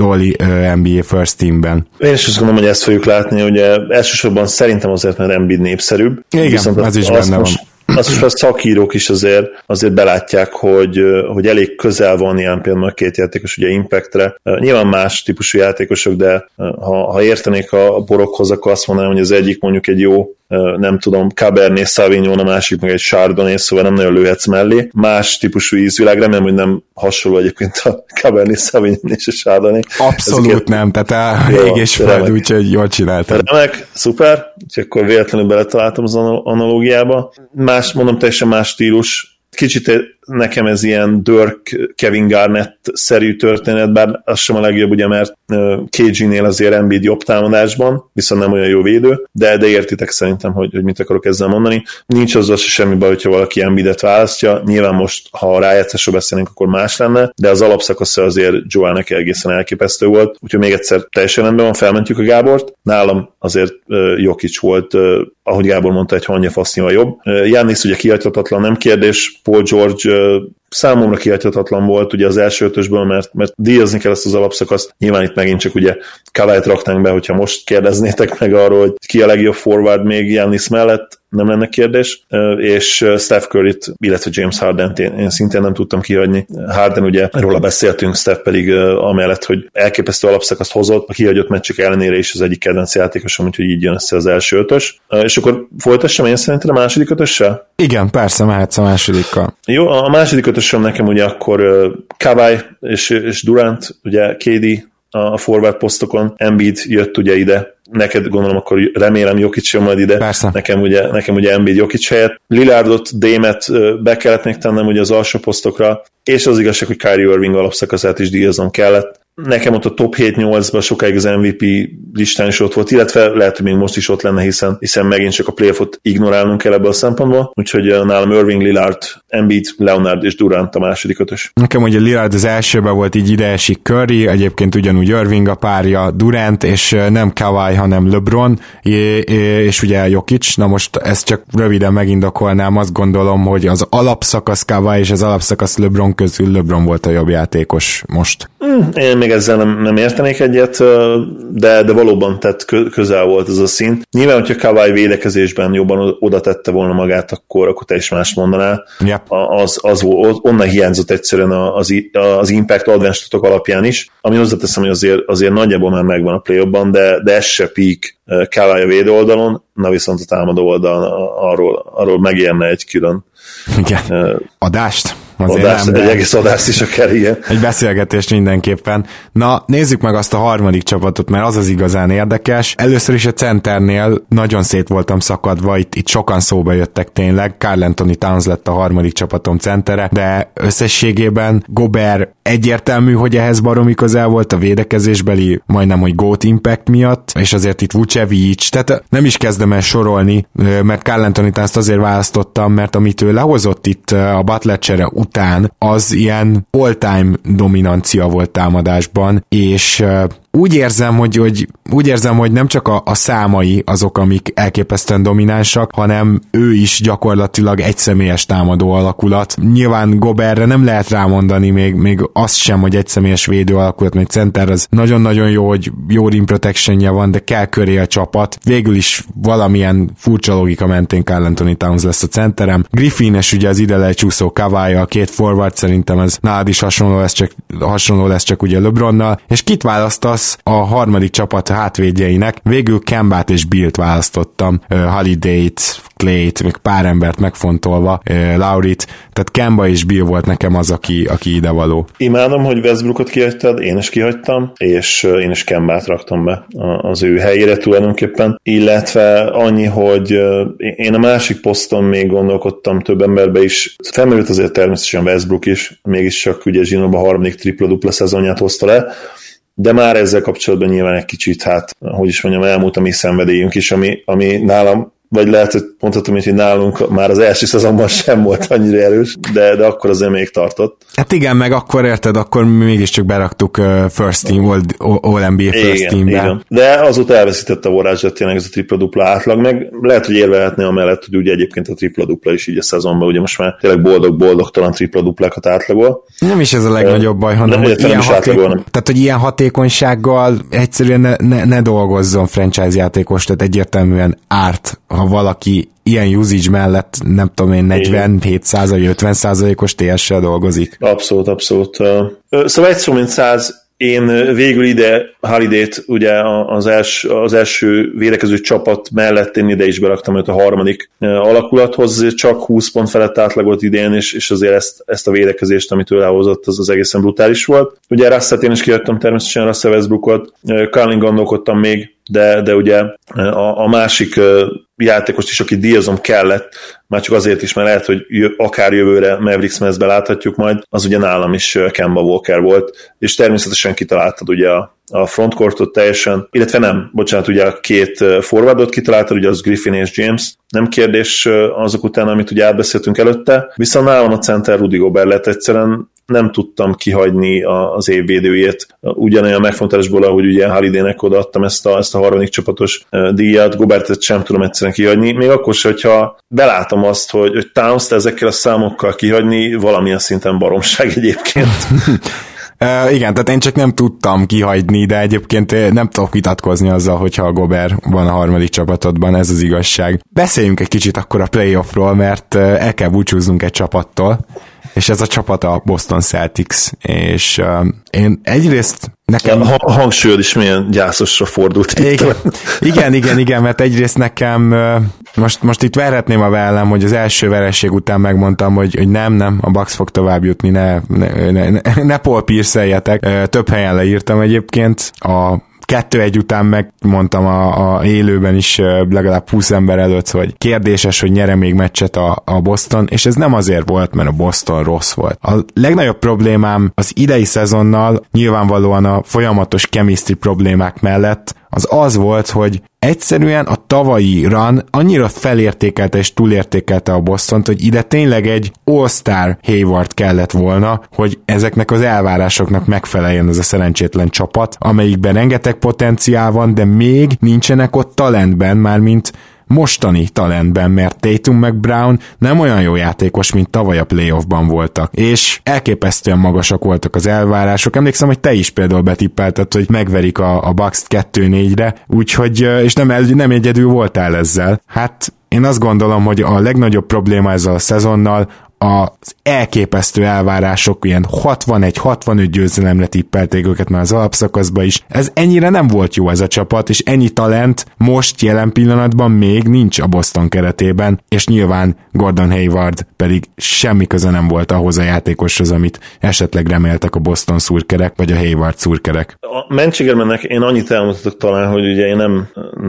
All-NBA First Teamben. Én is azt gondolom, hogy ezt fogjuk látni, ugye elsősorban szerintem azért, mert Embiid népszerűbb. Igen, az is benne van. Azt is a szakírók is azért belátják, hogy elég közel van ilyen például a két játékos ugye impactre. Nyilván más típusú játékosok, de ha értenék a borokhoz, akkor azt mondanám, hogy az egyik mondjuk egy jó nem tudom, Cabernet Sauvignon, a másik meg egy Chardonnay, szóval nem nagyon lőhetsz mellé. Más típusú ízvilág, remélem, hogy nem hasonló egyébként a Cabernet Sauvignon és a Chardonnay. Abszolút ezeket... nem, tehát a ég és föld, úgyhogy jól csináltad. Remek, szuper, úgyhogy akkor véletlenül beletaláltam az analógiába. Teljesen más stílus. Kicsit nekem ez ilyen Dirk, Kevin Garnett-szerű történet, bár az sem a legjobb, ugye, mert KG-nél azért Embiid jobb támadásban, viszont nem olyan jó védő, de értitek szerintem, hogy mit akarok ezzel mondani. Nincs azzal se semmi baj, hogyha valaki Embiidet választja. Nyilván most, ha a rájátszásról beszélünk, akkor más lenne, de az alapszakasza azért Joelnek egészen elképesztő volt. Úgyhogy még egyszer teljesen rendben van, felmentjük a Gábort. Nálam azért Jokic volt, ahogy Gábor mondta, egy hangya-fasznyval jobb. Giannis ugye kihagyhatatlan, nem kérdés. Paul George számomra kihagyhatatlan volt ugye az első ötösből, mert díjazni kell ezt az alapszakaszt. Nyilván itt megint csak ugye Kawait raknánk be, hogyha most kérdeznétek meg arról, hogy ki a legjobb forward még Giannis mellett, nem lenne kérdés, és Steph Curryt, illetve James Hardent én szintén nem tudtam kihagyni. Harden ugye, róla beszéltünk, Steph pedig amellett, hogy elképesztő alapszakaszt hozott, a kihagyott meccsek ellenére is az egyik kedvenc játékosom, úgyhogy így jön össze az első ötös. És akkor folytassam én szerintem a második ötössel? Igen, persze, mehetsz a másodikkal. Jó, a második ötösöm nekem ugye akkor Kawhi és Durant, ugye KD a forward posztokon, Embiid jött ugye ide, neked gondolom akkor remélem Jokic jön majd ide, persze. nekem ugye Embiid Jokic helyett, Lillardot, Dame-et be kellett még tennem ugye az alsó posztokra, és az igazság, hogy Kyrie Irving alapszakaszát is díjaznom kellett. Nekem ott a top 7-8-ban sokáig az MVP listán is ott volt, illetve lehet, hogy még most is ott lenne, hiszen megint csak a playoffot ignorálnunk kell ebből a szempontból, úgyhogy nálam Irving, Lillard, Embiid, Leonard és Durant a második ötös. Nekem ugye Lillard az elsőben volt, így ide esik Curry, egyébként ugyanúgy Irving a párja, Durant, és nem Kawhi, hanem LeBron, és ugye Jokic. Na most ezt csak röviden megindokolnám, azt gondolom, hogy az alapszakasz Kawhi és az alapszakasz LeBron közül LeBron volt a jobb játékos most. Én még ezzel nem értenék egyet, de valóban tehát közel volt ez a szint. Nyilván, hogyha Kawhi védekezésben jobban oda tette volna magát, akkor te is más mondanál. Yep. Onnan hiányzott egyszerűen az impact advanced alapján is, ami hozzáteszem, hogy azért nagyjából már megvan a play-offban, de ez se peak Kawhi a védő oldalon, na viszont a támadó oldalon arról megérne egy külön adást. Egy egész adást is akár, igen. Egy beszélgetést mindenképpen. Na, nézzük meg azt a harmadik csapatot, mert az igazán érdekes. Először is a centernél nagyon szét voltam szakadva, itt sokan szóba jöttek tényleg. Karl Anthony Towns lett a harmadik csapatom centere, de összességében Gobert egyértelmű, hogy ehhez baromi közel volt a védekezésbeli, majdnem, hogy GOAT impact miatt, és azért itt Vucevic, tehát nem is kezdem el sorolni, mert Karl Anthony Towns-t azért választottam, mert amit ő lehozott itt a Butler csere után, az ilyen all-time dominancia volt támadásban, és úgy érzem, hogy nem csak a számai azok, amik elképesztően dominánsak, hanem ő is gyakorlatilag egyszemélyes támadó alakulat. Nyilván Gobertre nem lehet rámondani még azt sem, hogy egyszemélyes védő alakulat, mert center az nagyon-nagyon jó, hogy jó rim protectionje van, de kell köré a csapat. Végül is valamilyen furcsa logika mentén Karl Anthony Towns lesz a centerem. Griffin és ugye az ide lecsúszó Kawhi, a két forward, szerintem ez nálad is hasonló lesz csak ugye LeBronnal, és kit választasz a harmadik csapat hátvédjeinek? Végül Kembát és Billt választottam, Holiday-t, Clay-t, még pár embert megfontolva, Laurit, tehát Kemba és Bill volt nekem az, aki idevaló. Imádom, hogy Westbrookot kihagytad, én is kihagytam, és én is Kembát raktam be az ő helyére tulajdonképpen, illetve annyi, hogy én a másik poszton még gondolkodtam több emberbe is, felmerült azért természetesen Westbrook is, mégiscsak ugye Zsinóba a harmadik tripla-dupla szezonját hozta le, de már ezzel kapcsolatban nyilván egy kicsit, elmúlt a mi szenvedélyünk is, ami nálam, vagy lehet, hogy mondhatom így, hogy nálunk már az első szezonban sem volt annyira erős, de akkor azért még tartott. Hát igen, meg akkor érted, akkor mi mégiscsak beraktuk First Team, All-NBA First Teambe. Igen. De azóta elveszítette a varázslat tényleg ez a tripla-dupla átlag, meg lehet, hogy érvelhetné amellett, hogy ugye egyébként a tripla-dupla is így a szezonban, ugye most már tényleg boldog-boldogtalan tripla-duplákat átlagol. Nem is ez a legnagyobb baj, hanem hogy ilyen hatékonysággal egyszerűen ne dolgozzon franchise játékos, tehát egyértelműen árt, ha valaki ilyen usage mellett, nem tudom én, 47%, 50%-os TS-sel dolgozik. Abszolút. Szóval egy szó mint 100, Én végül ide Holiday-t ugye az első védekező csapat mellett én ide is beraktam őt a harmadik alakulathoz, csak 20 pont felett átlagolt idén, és azért ezt a védekezést, amit ő elhozott, az egészen brutális volt. Ugye Russell-t én is kihagytam természetesen, Russell Westbrookot, Carlin gondolkodtam még, de ugye a másik játékost is, aki díjazom kellett, már csak azért is, mert lehet, hogy akár jövőre Mavericks mezbe láthatjuk majd, az ugye nálam is Kemba Walker volt, és természetesen kitaláltad ugye a frontcourtot teljesen, illetve nem, bocsánat, ugye a két forwardot kitaláltad, ugye az Griffin és James, nem kérdés azok után, amit ugye átbeszéltünk előtte, viszont nálam a center Rudy Gobert lett, egyszerűen nem tudtam kihagyni az évvédőjét. Ugyanolyan megfontolásból, ahogy ugye Holidaynek odaadtam ezt a harmadik csapatos díjat, Gobertet sem tudom egyszerűen kihagyni, még akkor sem, hogyha belátom azt, hogy Towns-t ezekkel a számokkal kihagyni valamilyen szinten baromság egyébként. Igen, tehát én csak nem tudtam kihagyni, de egyébként nem tudok vitatkozni azzal, hogyha a Gobert van a harmadik csapatodban, ez az igazság. Beszéljünk egy kicsit akkor a playoffról, mert el kell búcsúznunk egy csapattól, és ez a csapat a Boston Celtics, és én egyrészt nekem... A hangsúlyod is milyen gyászosra fordult itt. Igen, mert egyrészt nekem most itt verhetném a vállám, hogy az első vereség után megmondtam, hogy nem, a Bucks fog tovább jutni, ne Paul Pierce-eljetek. Több helyen leírtam egyébként, a 2-1 után megmondtam a élőben is legalább 20 ember előtt, hogy kérdéses, hogy nyere még meccset a Boston, és ez nem azért volt, mert a Boston rossz volt. A legnagyobb problémám az idei szezonnal nyilvánvalóan a folyamatos chemistry problémák mellett az volt, hogy egyszerűen a tavalyi run annyira felértékelte és túlértékelte a Bostont, hogy ide tényleg egy All-Star Hayward kellett volna, hogy ezeknek az elvárásoknak megfeleljen ez a szerencsétlen csapat, amelyikben rengeteg potenciál van, de még nincsenek ott talentben, mármint mostani talentben, mert Tatum meg Brown nem olyan jó játékos, mint tavaly a playoffban voltak, és elképesztően magasak voltak az elvárások. Emlékszem, hogy te is például betippelted, hogy megverik a Bucks-t 2-4-re, úgyhogy, és nem egyedül voltál ezzel. Hát én azt gondolom, hogy a legnagyobb probléma ezzel a szezonnal az elképesztő elvárások, ilyen 61-65 győzelemre tippelték őket már az alapszakaszban is. Ez ennyire nem volt jó ez a csapat, és ennyi talent most jelen pillanatban még nincs a Boston keretében, és nyilván Gordon Hayward pedig semmi köze nem volt ahhoz a játékoshoz, amit esetleg reméltek a Boston szurkerek, vagy a Hayward szurkerek. A Mentségermennek én annyit elmutatok talán, hogy ugye én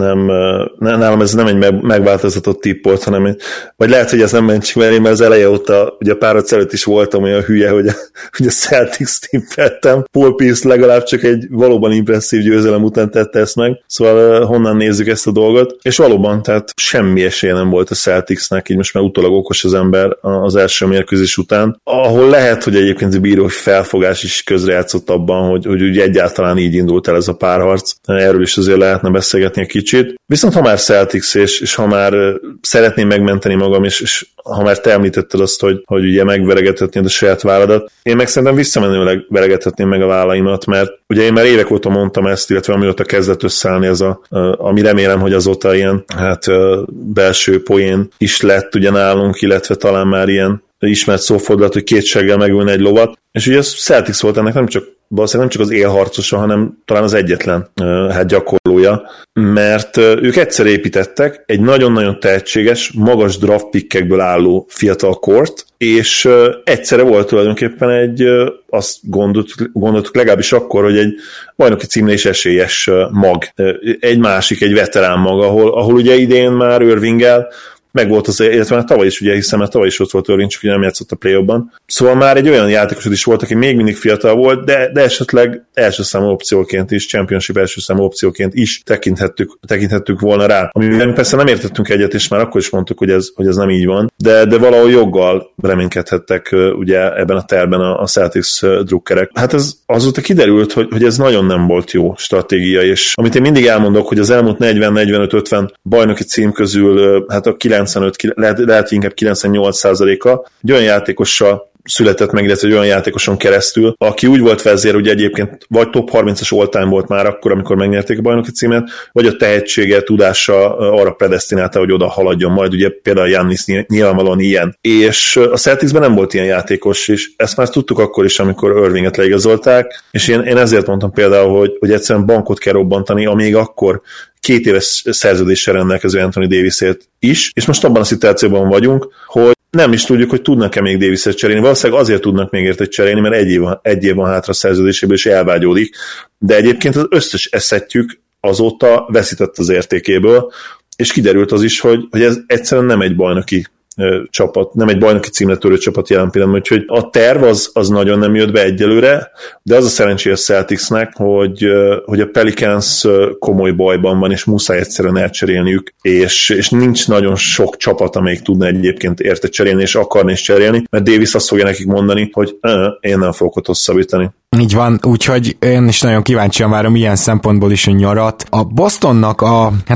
nálam ez nem egy megváltozatott tipp volt, hanem vagy lehet, hogy ez nem Mentségermen, mert az eleje óta ugye a párharc előtt is voltam olyan hülye, hogy a Celtics tippeltem. Paul Pierce legalább csak egy valóban impresszív győzelem után tette ezt meg, szóval honnan nézzük ezt a dolgot, és valóban, tehát semmi esélye nem volt a Celticsnek, így most már utólag okos az ember az első mérkőzés után, ahol lehet, hogy egyébként a bíró felfogás is közrejátszott abban, hogy ugye egyáltalán így indult el ez a párharc, erről is azért lehetne beszélgetni egy kicsit. Viszont ha már Celtics, és ha már szeretném megmenteni magam, és ha már te említetted azt, hogy ugye megveregethetnéd a saját válladat, én meg szerintem visszamenőleg veregethetném meg a vállaimat, mert ugye én már évek óta mondtam ezt, illetve amióta kezdett összeállni ez ami remélem, hogy azóta ilyen belső poén is lett ugye nálunk, illetve talán már ilyen ismert szófordulat, hogy két seggel megülne egy lovat, és ugye ez Celtics volt ennek valószínűleg nem csak az élharcosa, hanem talán az egyetlen gyakorlója, mert ők egyszer építettek egy nagyon-nagyon tehetséges, magas draft pickekből álló fiatal kort, és egyszerre volt tulajdonképpen azt gondoltuk legalábbis akkor, hogy egy bajnoki címre is esélyes mag. Egy másik, egy veterán mag, ahol ugye idén már Irvinggel meg volt az, illetve már tavaly is, ugye, hiszen már tavaly is ott volt Irving, csak ugye nem játszott a play-offban. Szóval már egy olyan játékosod is volt, aki még mindig fiatal volt, de esetleg első számú opcióként is, championship első számú opcióként is tekinthettük volna rá. Amiben persze nem értettünk egyet, és már akkor is mondtuk, hogy ez nem így van, de valahol joggal reménykedhettek ugye ebben a terben a Celtics drukkerek. Hát ez azóta kiderült, hogy ez nagyon nem volt jó stratégia, és amit én mindig elmondok, hogy az elmúlt 40-45-50 bajnoki cím közül hát a 95, lehet inkább 98%-a egy olyan játékossal született meg, illetve egy olyan játékoson keresztül, aki úgy volt vezér, hogy egyébként vagy top 30-as all-time volt már akkor, amikor megnyerték a bajnoki címet, vagy a tehetsége, tudása arra predesztinálta, hogy oda haladjon majd, ugye például Giannis nyilvánvalóan ilyen. És a Celticsben nem volt ilyen játékos, és ezt már tudtuk akkor is, amikor Irvinget leigazolták, és én ezért mondtam például, hogy egyszerűen bankot kell robbantani, amíg akkor 2 éves szerződéssel rendelkező Anthony Davisért is, és most abban a szituációban vagyunk, hogy nem is tudjuk, hogy tudnak-e még Daviset cserélni. Valószínűleg azért tudnak még érte cserélni, mert egy év van hátra a szerződéséből, és elvágyódik. De egyébként az összes eszetjük azóta veszített az értékéből, és kiderült az is, hogy ez egyszerűen nem egy bajnoki csapat, nem egy bajnoki címre törő csapat jelen pillanatban, úgyhogy a terv az nagyon nem jött be egyelőre, de az a szerencsés Celticsnek, hogy a Pelicans komoly bajban van, és muszáj egyszerűen elcserélniük, és nincs nagyon sok csapat, amelyik tudna egyébként érte cserélni, és akarni is cserélni, mert Davis azt fogja nekik mondani, hogy én nem fogok ott hosszabbítani. Így van, úgyhogy én is nagyon kíváncsian várom ilyen szempontból is a nyarat. A Bostonnak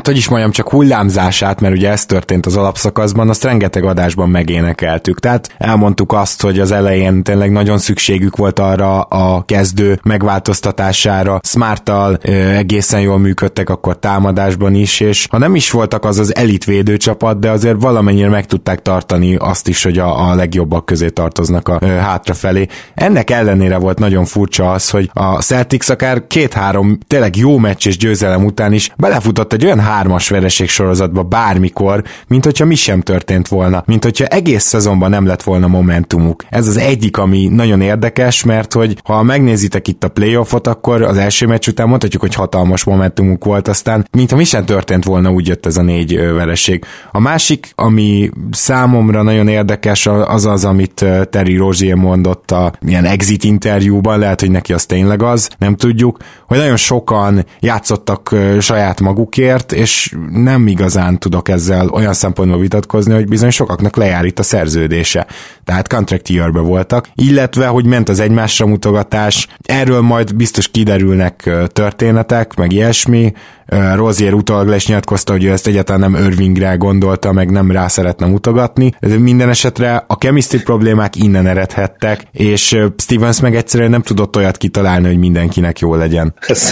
csak hullámzását, mert ugye ez történt az alapszakaszban, azt rengeteg adásban megénekeltük. Tehát elmondtuk azt, hogy az elején tényleg nagyon szükségük volt arra a kezdő megváltoztatására. Smarttal egészen jól működtek akkor támadásban is, és ha nem is voltak az elit védőcsapat, de azért valamennyire meg tudták tartani azt is, hogy a legjobbak közé tartoznak a hátrafelé. Ennek ellenére volt nagyon furcsa az, hogy a Celtics akár 2-3 tényleg jó meccs és győzelem után is belefutott egy olyan 3-as vereség sorozatba bármikor, mint hogyha mi sem történt volna, mint hogyha egész szezonban nem lett volna momentumuk. Ez az egyik, ami nagyon érdekes, mert hogy ha megnézitek itt a playoffot, akkor az első meccs után mondhatjuk, hogy hatalmas momentumuk volt, aztán mintha mi sem történt volna, úgy jött ez a 4 vereség. A másik, ami számomra nagyon érdekes, az, amit Terry Rozier mondott a ilyen exit interjúban, lehet, hogy neki az tényleg az, nem tudjuk, hogy nagyon sokan játszottak saját magukért, és nem igazán tudok ezzel olyan szempontból vitatkozni, hogy bizony sokaknak lejár itt a szerződése. Tehát contract year-be voltak, illetve, hogy ment az egymásra mutogatás, erről majd biztos kiderülnek történetek, meg ilyesmi. Rozier utólag is nyilatkozta, hogy ő ezt egyáltalán nem Irvingre gondolta, meg nem rá szeretne mutogatni. Minden esetre a chemistry problémák innen eredhettek, és Stevens meg egyszerűen nem tudott olyat kitalálni, hogy mindenkinek jó legyen.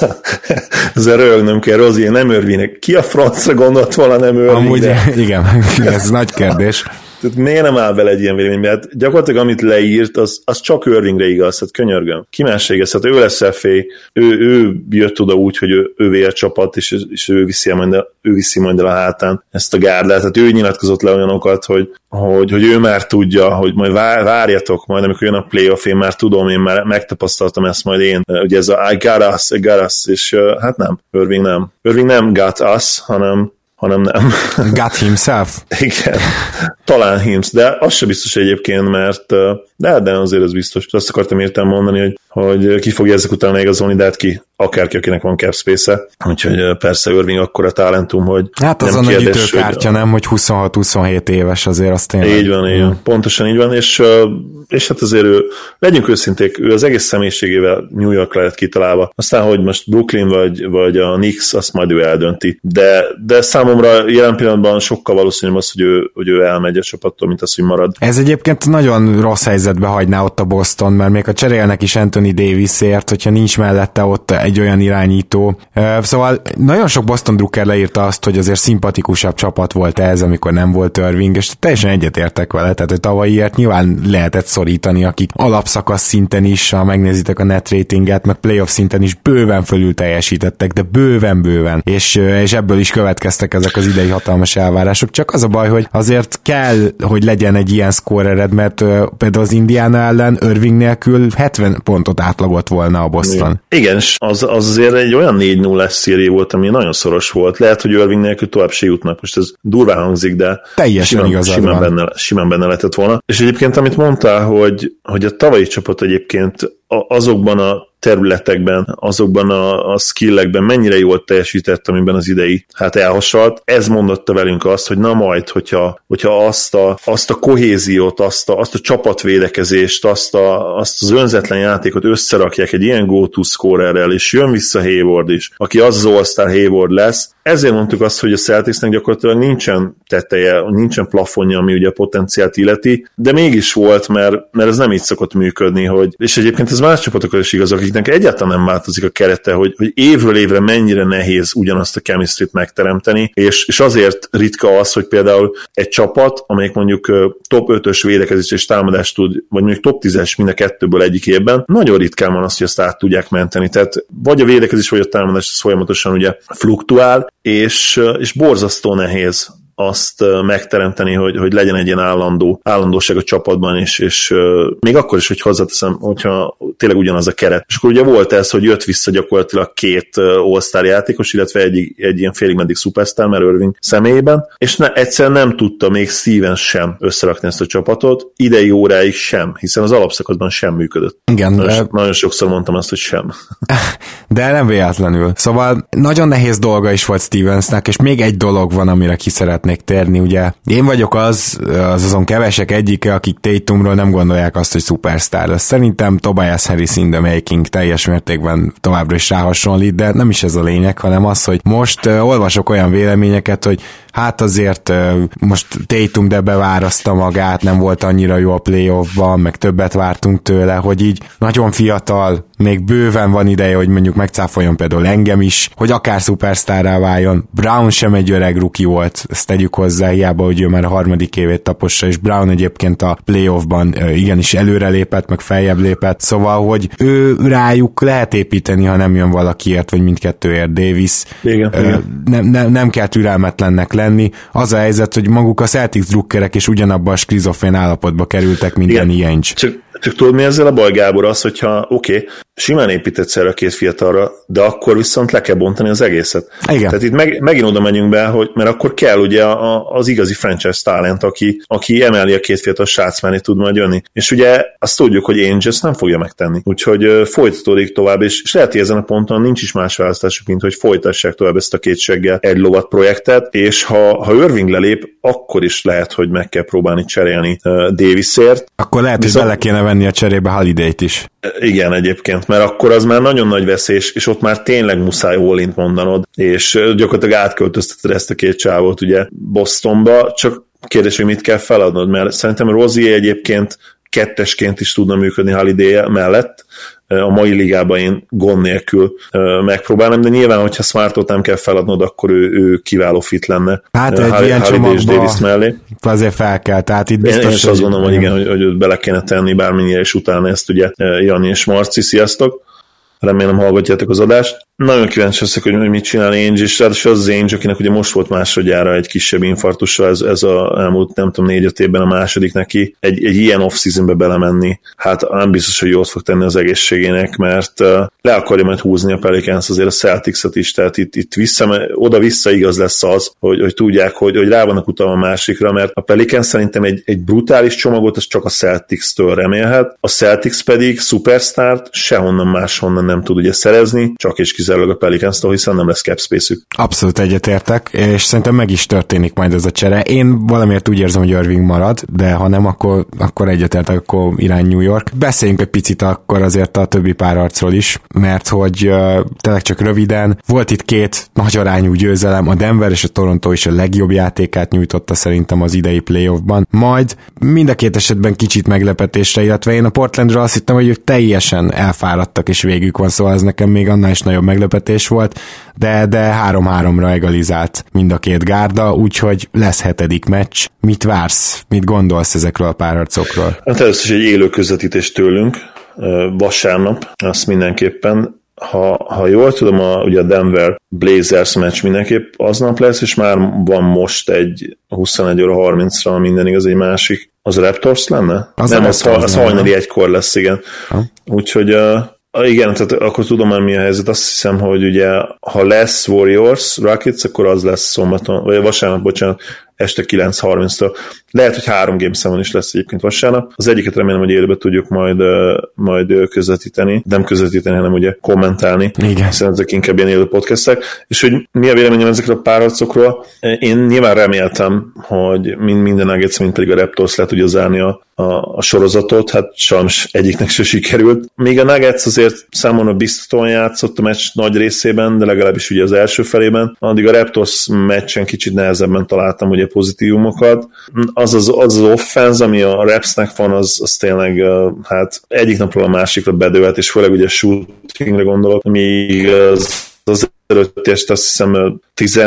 Ezzel röhögnöm kell, Rozier nem Irvingnek. Ki a francra gondolt volna nem Irvingre? Amúgy igen, ez nagy kérdés. Tehát miért nem áll bele egy ilyen vélemény? Mert gyakorlatilag amit leírt, az csak Irvingre igaz, tehát könyörgöm. Ki más igaz? Hát ő lesz FA, ő jött oda úgy, hogy ő vér csapat, és ő viszi majd el a hátán ezt a gárdát. Tehát ő nyilatkozott le olyanokat, hogy ő már tudja, hogy majd várjatok, majd amikor jön a playoff, én már tudom, én már megtapasztaltam ezt majd én. Ugye ez a I got us, és hát nem, Irving nem got us, hanem nem. Got himself? Igen, talán hims, de az sem biztos egyébként, mert de azért az biztos. Azt akartam értem mondani, hogy ki fogja ezek után igazolni, de hát akárki, akinek van cap space-e. Úgyhogy persze Irving akkora talentum, hogy hát az a nagy ütőkártya, nem, hogy 26-27 éves, azért azt tényleg. Így van, pontosan így van, és hát azért legyünk őszinték, ő az egész személyiségével New Yorkra lett kitalálva. Aztán, hogy most Brooklyn vagy a Knicks, azt majd ő eldönti. De számomra jelen pillanatban sokkal valószínűbb az, hogy ő elmegy a csapattól, mint az, hogy marad. Ez egyébként nagyon rossz helyzetbe hagyná ott a Boston, mert még a cserélnek is Anthony Davisért, hogyha nincs mellette ott egy olyan irányító. Szóval nagyon sok Boston drukker leírta azt, hogy azért szimpatikusabb csapat volt ez, amikor nem volt Irving, és teljesen egyetértek vele, tehát hogy tavalyiért nyilván lehetett szorítani, akik alapszakasz szinten is, ha megnézitek a net ratinget, meg playoff szinten is bőven fölül teljesítettek, de bőven, és ebből is következtek ezek az idei hatalmas elvárások. Csak az a baj, hogy azért kell, hogy legyen egy ilyen scorered, mert például az Indiana ellen Irving nélkül 70 pontot átlagolt volna a Boston. Igen, az azért egy olyan 4-0-es széria volt, ami nagyon szoros volt. Lehet, hogy Irving nélkül tovább se jutnak. Most ez durván hangzik, de simán benne lehetett volna. És egyébként, amit mondtál, hogy a tavalyi csapat egyébként azokban a területekben, azokban a skillekben mennyire jól teljesített, amiben az idei elhasalt. Ez mondotta velünk azt, hogy na majd, hogyha azt a kohéziót, azt a csapatvédekezést, azt az önzetlen játékot összerakják egy ilyen go-to scorerrel, és jön vissza Hayward is, aki az All-Star Hayward lesz, ezért mondtuk azt, hogy a Celticsnek gyakorlatilag nincsen teteje, nincsen plafonja, ami ugye a potenciált illeti, de mégis volt, mert ez nem így szokott működni, és egyébként ez más csapatokra is igaz, akiknek egyáltalán nem változik a kerete, hogy évről évre mennyire nehéz ugyanazt a chemistryt megteremteni, és azért ritka az, hogy például egy csapat, amelyik mondjuk top 5-ös védekezés és támadást tud, vagy mondjuk top 10-es mind a kettőből egyik évben, nagyon ritkán van az, hogy azt át tudják menteni. Tehát vagy a védekezés, vagy a támadás az folyamatosan ugye fluktuál, és borzasztó nehéz azt megteremteni, hogy legyen egy ilyen állandóság a csapatban, és még akkor is, hogy hozzáteszem, hogyha tényleg ugyanaz a keret. És akkor ugye volt ez, hogy jött vissza gyakorlatilag 2 all-star játékos, illetve egy ilyen félig meddig szupersztár, mert Irving személyében, és egyszerűen nem tudta még Stevens sem összerakni ezt a csapatot, idei óráig sem, hiszen az alapszakaszban sem működött. Igen. Nagyon sokszor mondtam azt, hogy sem. De nem véletlenül. Szóval nagyon nehéz dolga is volt Stevensnek, és még egy dolog van, amire ki szeretnék térni, ugye. Én vagyok azon kevesek egyike, akik Tatumról nem gondolják azt, hogy szupersztár lesz. Szerintem Tobias Harris in the making teljes mértékben továbbra is ráhasonlít, de nem is ez a lényeg, hanem az, hogy most olvasok olyan véleményeket, hogy hát azért most Tatum de bevárazta magát, nem volt annyira jó a playoffban, meg többet vártunk tőle, hogy így nagyon fiatal, még bőven van ideje, hogy mondjuk megcáfoljon például engem is, hogy akár szupersztárrá váljon. Brown sem egy öreg rookie volt, ezt tegyük hozzá, hiába, hogy ő már a 3. évét tapossa, és Brown egyébként a playoffban igenis előrelépett, meg feljebb lépett, szóval, hogy ő rájuk lehet építeni, ha nem jön valakiért, vagy mindkettőért Davis. Igen. Nem kell türelmetlennek lenni. Az a helyzet, hogy maguk a Celtics drukkerek is ugyanabban a skizofrén állapotba kerültek, mint Danny Ainge. Csak tudod, mi ezzel a baj, Gábor, az, hogyha simán építetsz erre a 2 fiatalra, de akkor viszont le kell bontani az egészet. Igen. Tehát itt megint oda megyünk be, mert akkor kell ugye az igazi franchise talent, aki emeli a 2 fiatal srác, mellé tud majd jönni. És ugye azt tudjuk, hogy Ainge ezt nem fogja megtenni. Úgyhogy folytatódik tovább, és lehet, hogy ezen a ponton nincs is más választásuk, mint hogy folytassák tovább ezt a 2 seggel egy lovat projektet, és ha Irving lelép, akkor is lehet, hogy meg kell próbálni cserélni Davisért. Akkor lehet, hogy bele kéne venni a cserébe Holiday-t is. Igen, egyébként, mert akkor az már nagyon nagy veszély, és ott már tényleg muszáj all-int mondanod, és gyakorlatilag átköltözteted ezt a 2 csávót ugye Bostonba, csak kérdés, hogy mit kell feladnod, mert szerintem Rozier egyébként 2-esként is tudna működni Holiday mellett, a mai ligában én gond nélkül megpróbálnám, de nyilván, hogyha Smartot nem kell feladnod, akkor ő kiváló fit lenne. Hát egy ilyen csomagba azért fel kell, tehát itt biztos, én is azt gondolom, hogy igen, hogy őt bele kéne tenni bármennyire, és utána ezt ugye Jani és Marci, sziasztok! Remélem hallgatjátok az adást. Nagyon kíváncsi leszek, hogy mit csinál Ainge, és ráadásul az Ainge, akinek ugye most volt másodjára egy kisebb infarktusa, ez a elmúlt, nem tudom, 4-5 évben a második neki, egy ilyen off-seasonbe belemenni, hát nem biztos, hogy jót fog tenni az egészségének, mert le akarja majd húzni a Pelicans azért a Celtics-et is, tehát itt oda-vissza igaz lesz az, hogy tudják, hogy rá vannak utalva a másikra, mert a Pelicans szerintem egy brutális csomagot, az csak a Celtics-től remélhet, a Celtics pedig szupersztárt sehonnan máshonnan nem tud ugye szerezni, csak és kizárólag a Pelicans-tól, hiszen nem lesz cap space-ük. Abszolút egyetértek, és szerintem meg is történik majd ez a csere. Én valamiért úgy érzem, hogy Irving marad, de ha nem, akkor egyetértek, akkor irány New York. Beszéljünk egy picit akkor azért a többi párharcról is, mert hogy tényleg csak röviden, volt itt 2 nagy arányú győzelem, a Denver és a Toronto is a legjobb játékát nyújtotta szerintem az idei playoffban. Majd mind a 2 esetben kicsit meglepetésre, illetve én a Portlandről azt hittem, hogy ők teljesen elfáradtak és végük van, szóval ez nekem még annál is nagyobb meglepetés volt, de 3-3-ra egalizált mind a 2 gárda, úgyhogy lesz 7. meccs. Mit vársz? Mit gondolsz ezekről a párharcokról? Hát először is egy élő közvetítés tőlünk, vasárnap, azt mindenképpen. Ha jól tudom, ugye a Denver Blazers meccs mindenképp aznap lesz, és már van most egy 21:30-ra, minden igaz, egy másik. Az a Raptors lenne? Az hajnali 1-kor lesz, igen. Úgyhogy igen, tehát akkor tudom már mi a helyzet. Azt hiszem, hogy ugye ha lesz Warriors, Rockets, akkor az lesz szombaton, vagy vasárnap, bocsánat, este 9:30-től. Lehet, hogy 3 Game 7 is lesz egyébként vasárnap. Az egyiket remélem, hogy élőbe tudjuk majd közvetíteni. Nem közvetíteni, hanem ugye kommentálni. Igen. Hiszen ezek inkább ilyen élő podcastek. És hogy mi a véleményem ezekről a párharcokról? Én nyilván reméltem, hogy minden Nuggets, mint pedig a Raptors le tudja zárni a sorozatot, hát sajnos egyiknek se sikerült. Még a Nuggets azért számomra biztatóan játszott a meccs nagy részében, de legalábbis ugye az első felében. Addig a Raptors meccsen kicsit nehezebben találtam ugye pozitívumokat. Az offense, ami a Rapsnek van, az tényleg hát egyik napról a másikra bedőlt, és főleg ugye shootingre gondolok, míg az előttest azt hiszem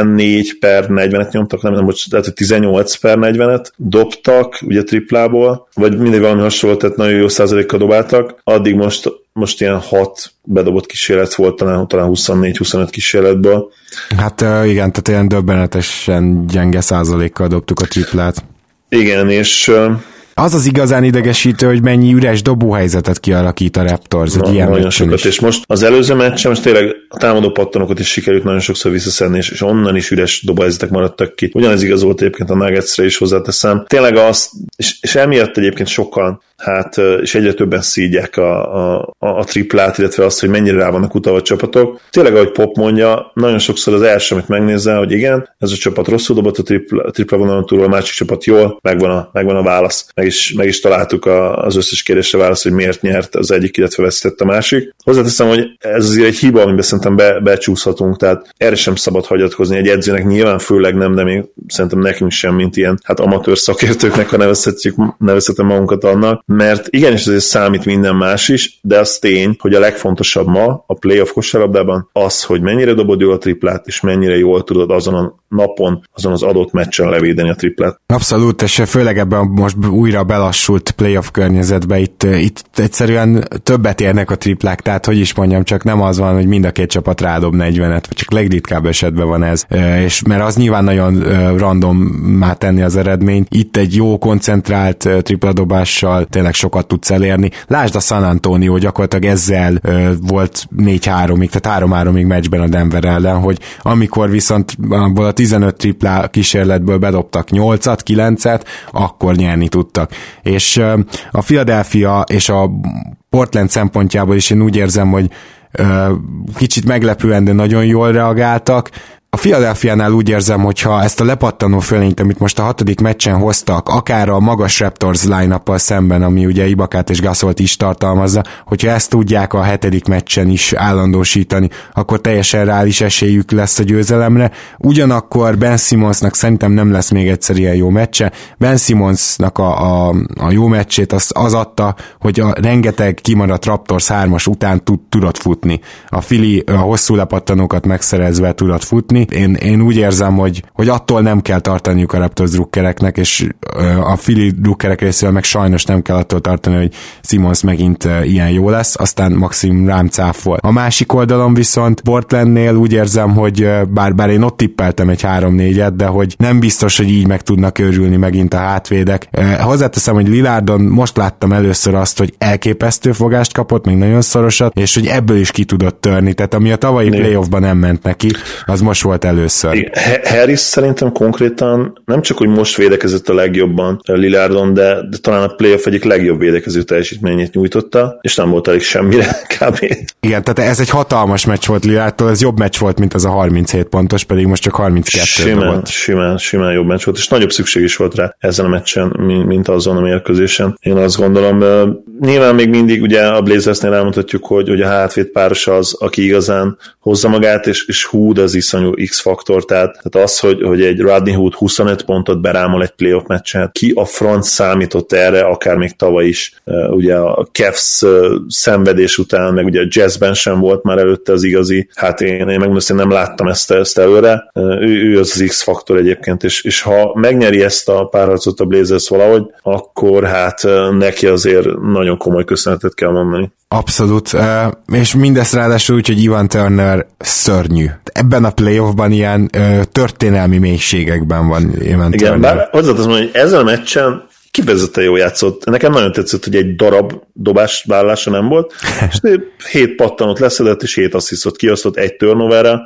14/40-et nyomtak, nem bocs, tehát 18/40-et dobtak, ugye triplából, vagy mindig valami hasonló, tehát nagyon jó százalékkal dobáltak, addig most ilyen 6 bedobott kísérlet volt, talán 24-25 kísérletből. Hát igen, tehát ilyen döbbenetesen gyenge százalékkal dobtuk a triplát. Igen, és az az igazán idegesítő, hogy mennyi üres dobóhelyzetet kialakít a Raptors. Nagyon sokat, és most az előző meccsen most tényleg a támadó pattanokat is sikerült nagyon sokszor visszaszedni, és onnan is üres dobóhelyzetek maradtak ki. Ugyanez igaz volt egyébként a Nuggetsre is hozzáteszem. Tényleg azt, és emiatt egyébként sokan, hát, és egyre többen szídják a triplát, illetve azt, hogy mennyire rá vannak utalva a csapatok. Tényleg, ahogy Pop mondja, nagyon sokszor az első, amit megnézel, hogy igen, ez a csapat rosszul dobott a tripla vonalon túl, a másik csapat jól, megvan a válasz. Meg is találtuk az összes kérdésre választ, hogy miért nyert az egyik, illetve vesztett a másik. Hozzáteszem, hogy ez azért egy hiba, amiben szerintem becsúszhatunk, tehát erre sem szabad hagyatkozni. Egy edzőnek nyilván főleg nem, de még szerintem nekünk sem, mint ilyen hát amatőr szakértőknek, ha nevezhetem magunkat annak, mert igenis azért számít minden más is, de az tény, hogy a legfontosabb ma a playoff kosárlabdában az, hogy mennyire dobod jól a triplát, és mennyire jól tudod azon a napon, azon az adott meccsen levédeni a triplát. Abszolút, és főleg ebben most újra belassult playoff környezetbe, itt egyszerűen többet érnek a triplák, tehát hogy is mondjam, csak nem az van, hogy mind a két csapat rádob 40-et, vagy csak legritkább esetben van ez, és mert az nyilván nagyon randommá tenni az eredményt. Itt egy jó koncentrált tripladobással tényleg sokat tudsz elérni. Lásd a San Antonio, gyakorlatilag ezzel volt 4-3-ig, tehát 3-3-ig meccsben a Denver ellen, hogy amikor viszont abból a 15 triplá kísérletből bedobtak 8-at, 9-et, akkor nyerni tudtak. És a Philadelphia és a Portland szempontjából is én úgy érzem, hogy kicsit meglepően, de nagyon jól reagáltak. A Philadelphiánál úgy érzem, hogyha ezt a lepattanó fölényt, amit most a 6. meccsen hoztak, akár a magas Raptors line-uppal szemben, ami ugye Ibakát és Gasolt is tartalmazza, hogyha ezt tudják a 7. meccsen is állandósítani, akkor teljesen reális esélyük lesz a győzelemre. Ugyanakkor Ben Simmonsnak szerintem nem lesz még egyszer ilyen jó meccse. Ben Simmonsnak a jó meccsét az adta, hogy a rengeteg kimaradt Raptors 3-as után tudott futni. A Philly a hosszú lepattanókat megszerezve tudott futni. Én úgy érzem, hogy attól nem kell tartaniuk a Raptors drukkereknek, és a Philly drukkerek részéről meg sajnos nem kell attól tartani, hogy Simmons megint ilyen jó lesz, aztán maximum rám cáfol. A másik oldalon viszont Portlandnél úgy érzem, hogy bár én ott tippeltem egy 3-4-et, de hogy nem biztos, hogy így meg tudnak őrülni megint a hátvédek. Hozzáteszem, hogy Lillardon most láttam először azt, hogy elképesztő fogást kapott, még nagyon szorosat, és hogy ebből is ki tudott törni, tehát ami a tavalyi playoffban nem ment neki, az most volt először. Harris szerintem konkrétan nem csak, hogy most védekezett a legjobban Lillardon, de talán a playoff egyik legjobb védekező teljesítményét nyújtotta, és nem volt elég semmire kb. Igen, tehát ez egy hatalmas meccs volt Lillardtól, ez jobb meccs volt, mint az a 37 pontos, pedig most csak 32 volt. Simán jobb meccs volt, és nagyobb szükség is volt rá ezen a meccsen, mint azon a mérkőzésen. Én azt gondolom, nyilván még mindig ugye a Blazersnél elmondhatjuk, hogy a hátvéd páros az, aki igazán hozza magát, és Hood az iszonyú X-faktor, tehát az, hogy egy Rodney Hood 25 pontot berámol egy playoff meccsen, ki a front számított erre, akár még tavaly is, ugye a Cavs szenvedés után, meg ugye a Jazzben sem volt már előtte az igazi, hát én megmondom, hogy nem láttam ezt előre, ő az X-faktor egyébként, és ha megnyeri ezt a párharcot a Blazers valahogy, akkor hát neki azért nagyon komoly köszönetet kell mondani. Abszolút, és mindezt ráadásul úgy, hogy Ivan Turner szörnyű. Ebben a playoffban ilyen történelmi mélységekben van Ivan Turner. Igen, bár hozzáteszem, hogy ezen a meccsen kifejezetten jól játszott. Nekem nagyon tetszett, hogy egy darab dobás vállalása nem volt, és 7 pattanot leszedett, és 7 asszisztot kiosztott egy turnoverrel,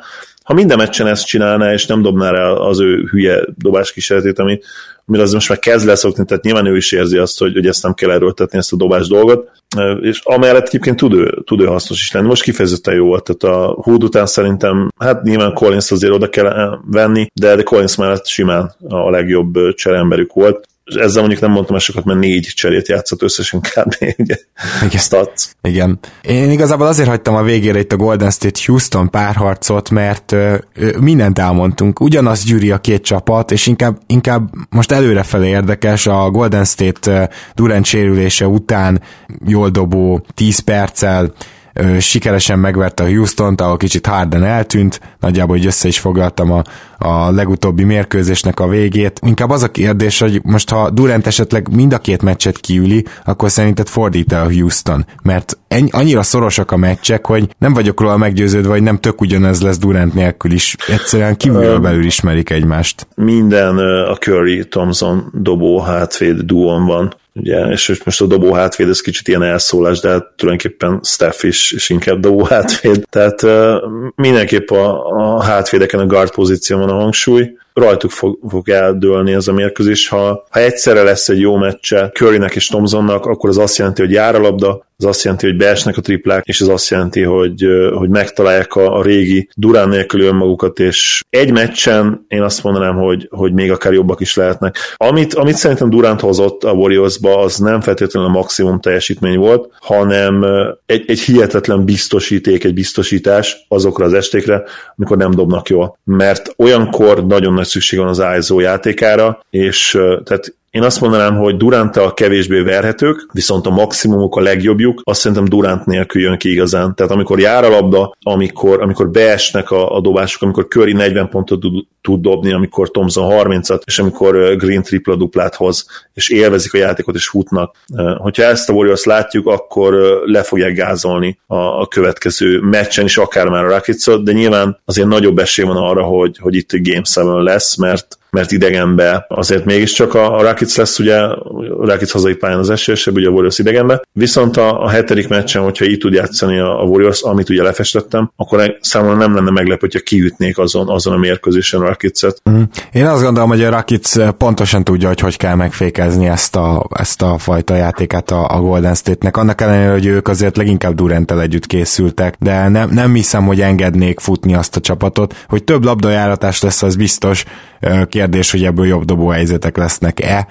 ha minden meccsen ezt csinálná, és nem dobná rá az ő hülye dobás kísérletét, amire az most már kezd leszokni, tehát nyilván ő is érzi azt, hogy ezt nem kell erőltetni, ezt a dobás dolgot, és amellett egyébként tud ő hasznos is lenni. Most kifejezetten jó volt, tehát a Hood után szerintem, hát nyilván Collins azért oda kell venni, de Collins mellett simán a legjobb csereemberük volt. És ezzel mondjuk nem mondtam sokat, mert 4 cserét játszott összesen kb. Ugye? Stats. Igen. Én igazából azért hagytam a végére itt a Golden State-Houston párharcot, mert mindent elmondtunk. Ugyanaz gyűri a két csapat, és inkább most előrefelé érdekes a Golden State Durant sérülése után jól dobó 10 perccel sikeresen megverte a Houstont, ahol kicsit Harden eltűnt, nagyjából így össze is foglaltam a legutóbbi mérkőzésnek a végét. Inkább az a kérdés, hogy most ha Durant esetleg mind a két meccset kiüli, akkor szerinted fordít el a Houston? Mert annyira szorosak a meccsek, hogy nem vagyok róla meggyőződve, hogy nem tök ugyanez lesz Durant nélkül is. Egyszerűen kívülről belül ismerik egymást. Minden a Curry-Thompson dobó hátvéd duón van. Ugye, és most a dobó hátvéd, ez kicsit ilyen elszólás, de hát tulajdonképpen Steph is inkább dobó hátvéd. Tehát mindenképp a hátvédeken a guard pozíción van a hangsúly. Rajtuk fog eldőlni ez a mérkőzés. Ha egyszerre lesz egy jó meccse Currynek és Thompsonnak, akkor az azt jelenti, hogy jár a labda, az azt jelenti, hogy beesnek a triplák, és az azt jelenti, hogy megtalálják a régi Durant nélküli önmagukat, és egy meccsen én azt mondanám, hogy még akár jobbak is lehetnek. Amit szerintem Durant hozott a Warriorsba, az nem feltétlenül a maximum teljesítmény volt, hanem egy hihetetlen biztosíték, egy biztosítás azokra az estékre, amikor nem dobnak jól. Mert olyankor nagyon nagy szükség van az ISO játékára, és tehát én azt mondanám, hogy Duranttal kevésbé verhetők, viszont a maximumuk, a legjobbjuk, azt szerintem Durant nélkül jön ki igazán. Tehát amikor jár a labda, amikor beesnek a dobások, amikor Curry 40 pontot tud dobni, amikor Thompson 30-at, és amikor Green tripla-duplát hoz, és élvezik a játékot, és futnak. Hogyha ezt a Warriors látjuk, akkor le fogják gázolni a következő meccsen is, akár már a Rockets-ot, de nyilván azért nagyobb esély van arra, hogy itt egy Game 7 lesz, mert idegenbe azért mégiscsak a Rockets lesz, ugye a Rockets hazai pályán az esélyesebb, ugye a Warriors idegenbe, viszont a 7. meccsen, hogyha így tud játszani a Warriors, amit ugye lefestettem, akkor számomra nem lenne meglepő, hogyha kiütnék azon a mérkőzésen a Rockets-et. Én azt gondolom, hogy a Rockets pontosan tudja, hogy kell megfékezni ezt a fajta játékát a Golden State-nek, annak ellenére, hogy ők azért leginkább Duranttel együtt készültek, de nem hiszem, hogy engednék futni azt a csapatot, hogy több labdajáratás lesz, az biztos. Kérdés, hogy ebből jobb dobóhelyzetek lesznek-e,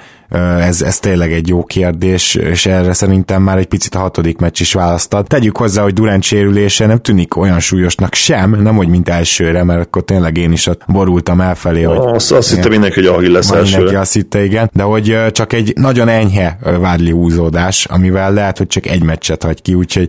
ez tényleg egy jó kérdés, és erre szerintem már egy picit a 6. meccs is választad. Tegyük hozzá, hogy Durant sérülése nem tűnik olyan súlyosnak sem, nem hogy mint elsőre, mert akkor tényleg én is borultam elfelé, hogy... Azt hitte mindenki, hogy Ahil lesz elsőre. Mindenki azt hitte, igen, de hogy csak egy nagyon enyhe vádli húzódás, amivel lehet, hogy csak egy meccset hagy ki, úgyhogy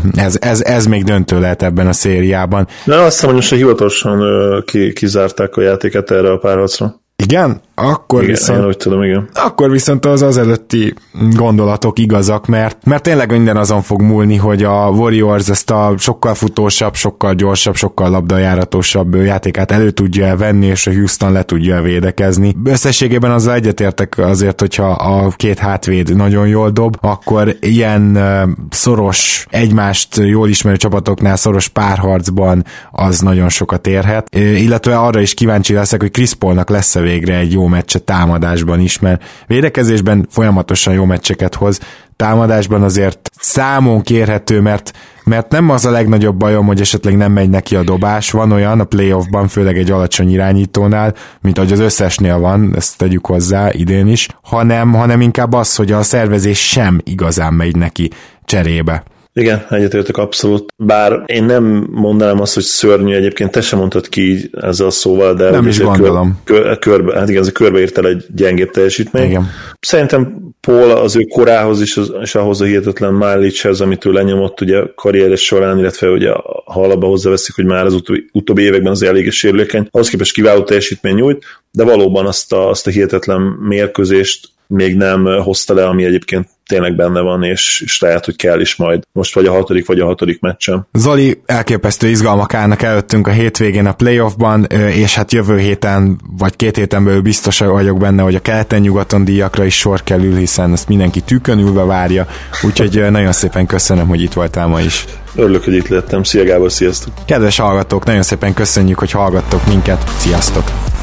ez még döntő lehet ebben a szériában. De azt hiszem, hogy most hivatalosan kizárták a játéket erre a párharcra. Igen? Akkor igen, viszont, úgy tudom, igen. Akkor viszont az előtti gondolatok igazak, mert tényleg minden azon fog múlni, hogy a Warriors ezt a sokkal futósabb, sokkal gyorsabb, sokkal labdajáratosabb játékát elő tudja venni, és a Houston le tudja védekezni. Összességében azzal egyetértek azért, hogyha a két hátvéd nagyon jól dob, akkor ilyen szoros, egymást jól ismerő csapatoknál szoros párharcban az nagyon sokat érhet. Illetve arra is kíváncsi leszek, hogy Chris Paulnak lesz-e végre egy jó meccse támadásban is, mert védekezésben folyamatosan jó meccseket hoz, támadásban azért számon kérhető, mert nem az a legnagyobb bajom, hogy esetleg nem megy neki a dobás, van olyan a playoffban, főleg egy alacsony irányítónál, mint ahogy az összesnél van, ezt tegyük hozzá idén is, hanem inkább az, hogy a szervezés sem igazán megy neki cserébe. Igen, egyetértek abszolút. Bár én nem mondanám azt, hogy szörnyű, egyébként te sem mondtad ki ezzel a szóval, de nem is gondolom. Körbeírt el egy gyengébb teljesítmény. Igen. Szerintem Paul az ő korához is, és ahhoz a hihetetlen mileage-hez, amit ő lenyomott ugye karrieres során, illetve ugye ha alapba hozzáveszik, hogy már az utóbbi években az elég sérülékeny, ahhoz képest kiváló teljesítmény nyújt, de valóban azt a hihetetlen mérkőzést még nem hozta le, ami egyébként tényleg benne van, és lehet, hogy kell is majd most vagy a 6. vagy a 6. meccsen. Zoli, elképesztő izgalmak állnak előttünk a hétvégén a playoffban, és hát jövő héten vagy 2 héten belül biztos vagyok benne, hogy a keleten-nyugaton díjakra is sor kerül, hiszen ezt mindenki tűkön ülve várja, úgyhogy nagyon szépen köszönöm, hogy itt voltál ma is. Örülök, hogy itt lettem. Szia Gábor, sziasztok! Kedves hallgatók, nagyon szépen köszönjük, hogy hallgattok minket, sziasztok!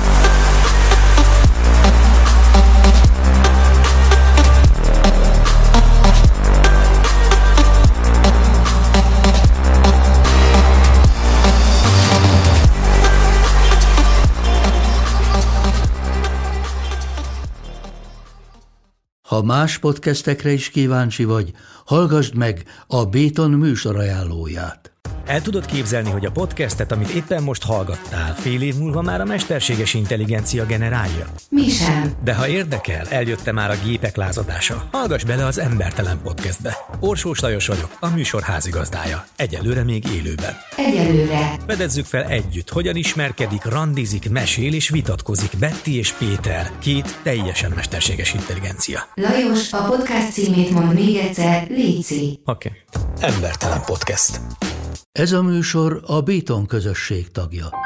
Ha más podcastekre is kíváncsi vagy, hallgassd meg a Béton műsor ajánlóját. El tudod képzelni, hogy a podcastet, amit éppen most hallgattál, fél év múlva már a mesterséges intelligencia generálja? Mi sem. De ha érdekel, eljött már a gépek lázadása. Hallgass bele az Embertelen Podcastbe. Orsós Lajos vagyok, a műsor házigazdája. Egyelőre még élőben. Egyelőre. Fedezzük fel együtt, hogyan ismerkedik, randizik, mesél és vitatkozik Betty és Péter, 2 teljesen mesterséges intelligencia. Lajos, a podcast címét mondd még egyszer, léci. Oké. Embertelen Podcast. Ez a műsor a Béton közösség tagja.